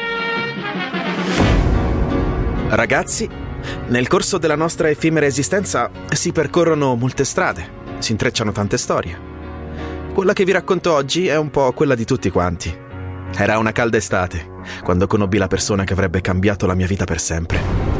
Ragazzi, nel corso della nostra effimera esistenza si percorrono molte strade, si intrecciano tante storie. Quella che vi racconto oggi è un po' quella di tutti quanti. Era una calda estate, quando conobbi la persona che avrebbe cambiato la mia vita per sempre.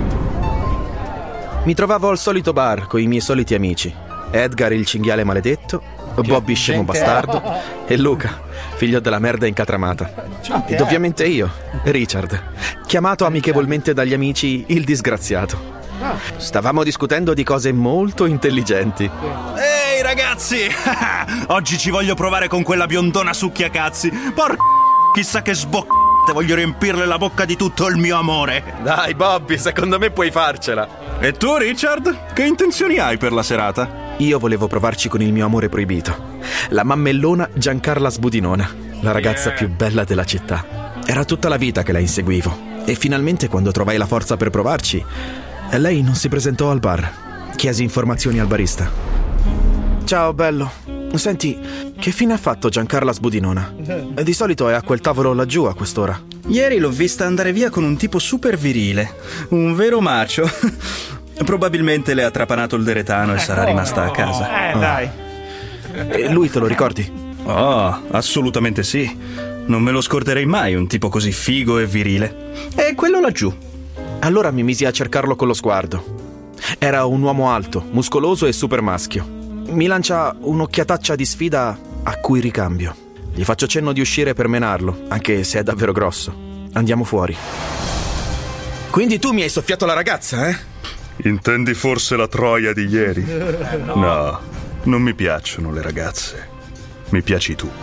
Mi trovavo al solito bar con i miei soliti amici, Edgar il cinghiale maledetto, Bobby scemo bastardo e Luca, figlio della merda incatramata. Ed ovviamente io, Richard, chiamato amichevolmente dagli amici il disgraziato. Stavamo discutendo di cose molto intelligenti. Ehi ragazzi! Oggi ci voglio provare con quella biondona succhiacazzi. Porca, chissà che sboccate, voglio riempirle la bocca di tutto il mio amore. Dai, Bobby, secondo me puoi farcela. E tu, Richard? Che intenzioni hai per la serata? Io volevo provarci con il mio amore proibito. La mammellona Giancarla Sbudinona, la ragazza Yeah. più bella della città. Era tutta la vita che la inseguivo. E finalmente, quando trovai la forza per provarci, lei non si presentò al bar. Chiesi informazioni al barista. Ciao, bello. Senti, che fine ha fatto Giancarla Sbudinona? Di solito è a quel tavolo laggiù a quest'ora. Ieri l'ho vista andare via con un tipo super virile. Un vero macio. Probabilmente le ha trapanato il deretano e sarà rimasta a casa. Eh, dai. E lui te lo ricordi? Oh, assolutamente sì. Non me lo scorderei mai, un tipo così figo e virile. E quello laggiù. Allora mi misi a cercarlo con lo sguardo. Era un uomo alto, muscoloso e super maschio. Mi lancia un'occhiataccia di sfida a cui ricambio. Gli faccio cenno di uscire per menarlo, anche se è davvero grosso. Andiamo fuori. Quindi tu mi hai soffiato la ragazza, eh? Intendi forse la troia di ieri? No, non mi piacciono le ragazze. Mi piaci tu.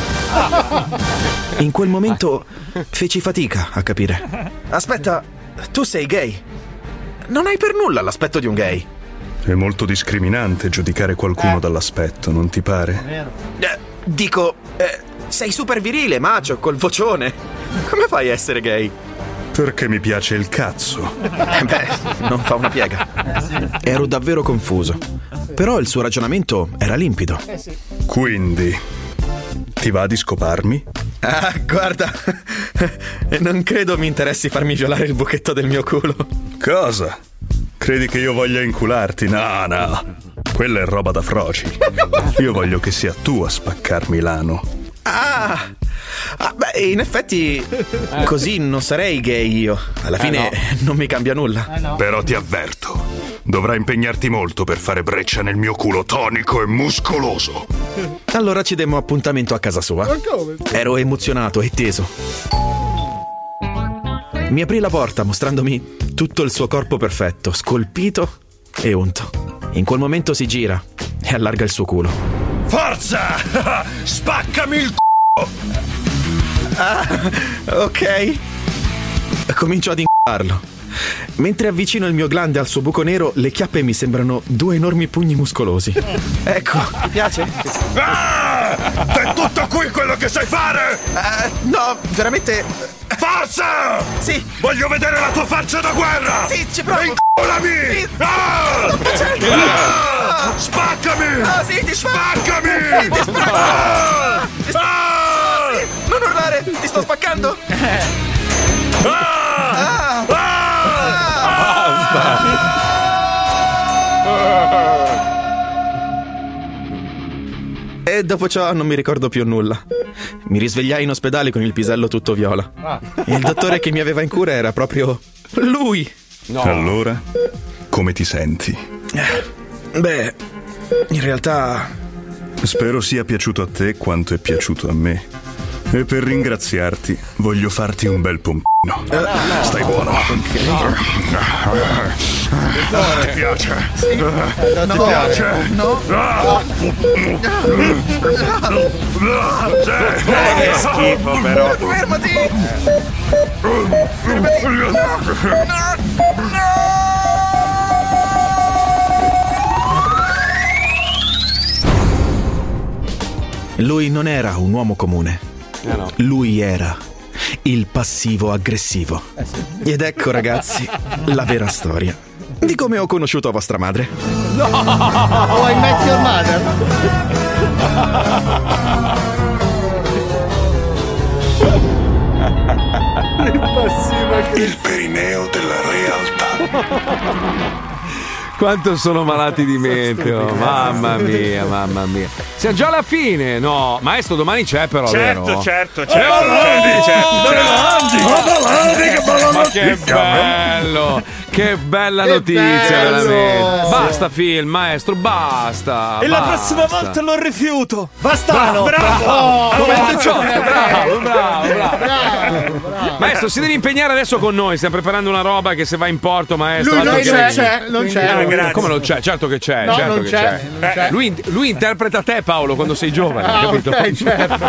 In quel momento feci fatica a capire. Aspetta, tu sei gay? Non hai per nulla l'aspetto di un gay. È molto discriminante giudicare qualcuno dall'aspetto, non ti pare? Eh, dico, eh, sei super virile, macio, col vocione. Come fai a essere gay? Perché mi piace il cazzo. Eh beh, non fa una piega. Ero davvero confuso. Però il suo ragionamento era limpido. Quindi, ti va di scoparmi? Ah, guarda, non credo mi interessi farmi violare il buchetto del mio culo. Cosa? Credi che io voglia incularti? No, no. Quella è roba da froci. Io voglio che sia tu a spaccarmi l'ano. Ah, ah beh, in effetti così non sarei gay io. Alla fine Eh no. non mi cambia nulla. Però ti avverto, dovrai impegnarti molto per fare breccia nel mio culo tonico e muscoloso. Allora ci demmo appuntamento a casa sua. Ero emozionato e teso. Mi aprì la porta mostrandomi tutto il suo corpo perfetto, scolpito e unto. In quel momento si gira e allarga il suo culo. Forza! Spaccami il c***o! Ah, ok. Comincio ad inc***arlo. Mentre avvicino il mio glande al suo buco nero, le chiappe mi sembrano due enormi pugni muscolosi. Ecco, ti piace? Ah! È tutto qui quello che sai fare? Uh, no, veramente. Forza! Sì! Voglio vedere la tua faccia da guerra! Sì, ci provo! Inculami! Sì. Ah! Sto facendo! Ah! Spaccami! Ah, sì, ti spacco! Spaccami! Sì, ti spacco! Ah! Ti spacco! Ah! Sì, non urlare! Ti sto spaccando! Ah! Ah! Ah! E dopo ciò non mi ricordo più nulla. Mi risvegliai in ospedale con il pisello tutto viola. E il dottore che mi aveva in cura era proprio lui. No. Allora, come ti senti? Beh, in realtà... Spero sia piaciuto a te quanto è piaciuto a me. E per ringraziarti voglio farti un bel pompino. Uh, Stai buono. Okay. Ti piace? Sì. Ti No. piace? No. Ah. Che schifo, però. Fermati! Fermati! No! No! Lui non era un uomo comune. Eh no. Lui era il passivo aggressivo. Eh sì. Ed ecco, ragazzi, la vera storia di come ho conosciuto vostra madre. No! Oh, I met your mother. Il perineo della realtà. Quanto sono malati di mente, oh, mamma mia, mamma mia. Siamo già alla fine, no? Maestro, domani c'è però, Certo, vero? certo, certo, certo, certo, certo. Ma che bello! Che bella Che notizia, bello. veramente. Basta film, maestro, basta. E la basta. prossima volta lo rifiuto. Bastano. Bravo. Oh, Come oh, il ciotto, eh, bravo, bravo, bravo. bravo, bravo. Maestro, si deve impegnare adesso con noi. Stiamo preparando una roba che se va in porto, maestro. Lui non altro c'è, che- c'è, non Quindi- c'è. Ah, Grazie. come non c'è? Certo che c'è. No, certo non che c'è, c'è. non c'è. Lui, lui interpreta te, Paolo, quando sei giovane, Ah, capito? ok, certo.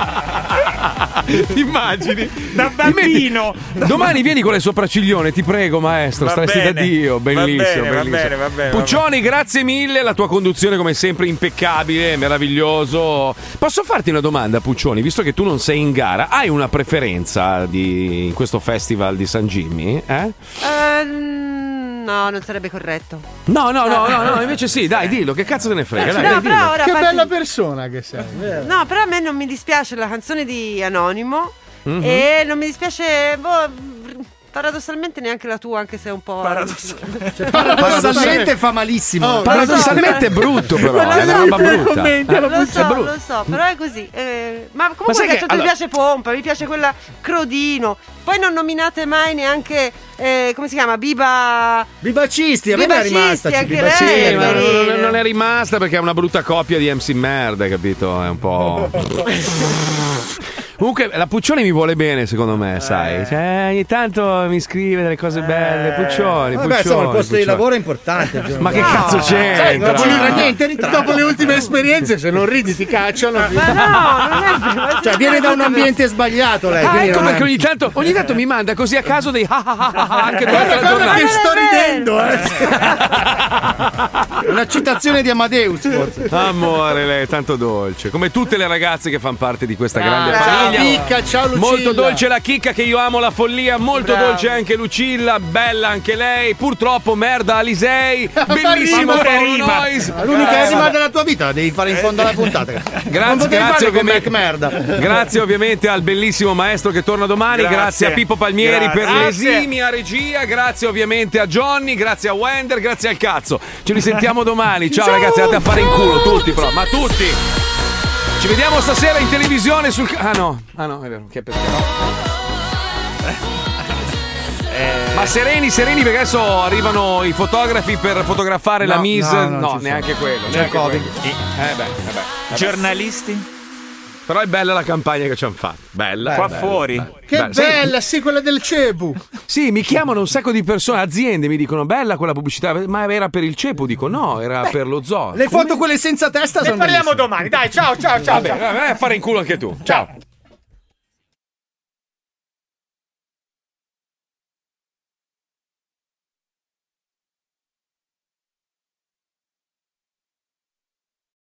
Ti immagini? Da bambino. Domani vieni con le sopracciglione, ti prego, maestro. Va Staresti da bene. Dio. Va Bellissimo, bene, va bellissimo. bene, va bene, va Puccioni, grazie mille. La tua conduzione, come sempre, impeccabile, meraviglioso. Posso farti una domanda, Puccioni? Visto che tu non sei in gara, hai una preferenza di, in questo festival di San Jimmy? Eh? Ehm, no, non sarebbe corretto. No, no, no, no, no, invece sì, dai, dillo, che cazzo te ne frega? Dai, No, dai, però dillo. ora Che fatti- bella persona che sei. vero? No, però a me non mi dispiace la canzone di Anonimo Mhm. e non mi dispiace, boh, paradossalmente neanche la tua, anche se è un po'. Cioè, paradossalmente fa malissimo. Oh, Paradossalmente è brutto, però. Lo È una so, roba però brutta. commenti, Eh, Lo è so, brutto. lo so, però è così. Eh, ma comunque sai che che- mi allora- piace Pompa, mi piace quella Crodino. Poi non nominate mai neanche, eh, come si chiama? Biba. Bibacisti, a me mi è Bibacisti, rimasta. anche Bibacisti. lei, Sì, ma non, carina. non è rimasta perché è una brutta copia di M C Merda, capito? È un po'. Comunque la Puccioni mi vuole bene, secondo me, sai. Cioè, ogni tanto mi scrive delle cose belle. Puccioni, Vabbè, Puccioni. insomma, il posto di Puccioni. lavoro è importante. Giorgio. Ma che cazzo c'entra? Sai, non c'entra No. niente, ritratta. Dopo le ultime esperienze, se non ridi ti cacciano. Ma no, non è vero. Cioè, viene da un ambiente sbagliato lei. Ah, quindi ecco non è- perché ogni tanto, ogni tanto mi manda così a caso dei ah ah ah ah anche durante la Guarda giornata. che sto ridendo, eh. eh. Una citazione di Amadeus, forse. Amore, lei è tanto dolce. Come tutte le ragazze che fanno parte di questa grande ciao, famiglia. Chicca, ciao, Lucilla. Molto dolce la Chicca, che io amo la follia. Molto Bravo. dolce anche Lucilla. Bella anche lei. Purtroppo merda Alisei. Ma Bellissimo rima, Paolo rima. Noyes. L'unica Eh, rima della tua vita la devi fare in fondo alla puntata. non Grazie, potevi grazie farlo con ovviamente. Mac merda. Grazie ovviamente al bellissimo maestro che torna domani. Grazie, Grazie. a Pippo Palmieri Grazie. per l'esimia regia. Grazie ovviamente a Johnny. Grazie a Wender. Grazie al cazzo. Ci risentiamo domani. Ciao, ragazzi, andate a fare in culo tutti, però. Ma tutti. Ci vediamo stasera in televisione sul. Ah no, ah no, è vero. Che peccato. Ma sereni, sereni, perché adesso arrivano i fotografi per fotografare No, la Miss. no, No, non ci neanche sono. quello. C'è neanche Covid. quello. Eh beh, eh beh. Giornalisti? Però è bella la campagna che ci hanno fatto. Bella. Qua bella, fuori. bella. Che Bella. Sai- bella, sì, quella del Cebu. Sì, mi chiamano un sacco di persone, aziende mi dicono bella quella pubblicità, ma era per il Cepu? Dico no, era per lo zoo. Le foto quelle senza testa Ne sono parliamo bellissime. domani, dai, ciao, ciao, ciao. Vabbè, ciao. vabbè, a fare in culo anche tu. Ciao.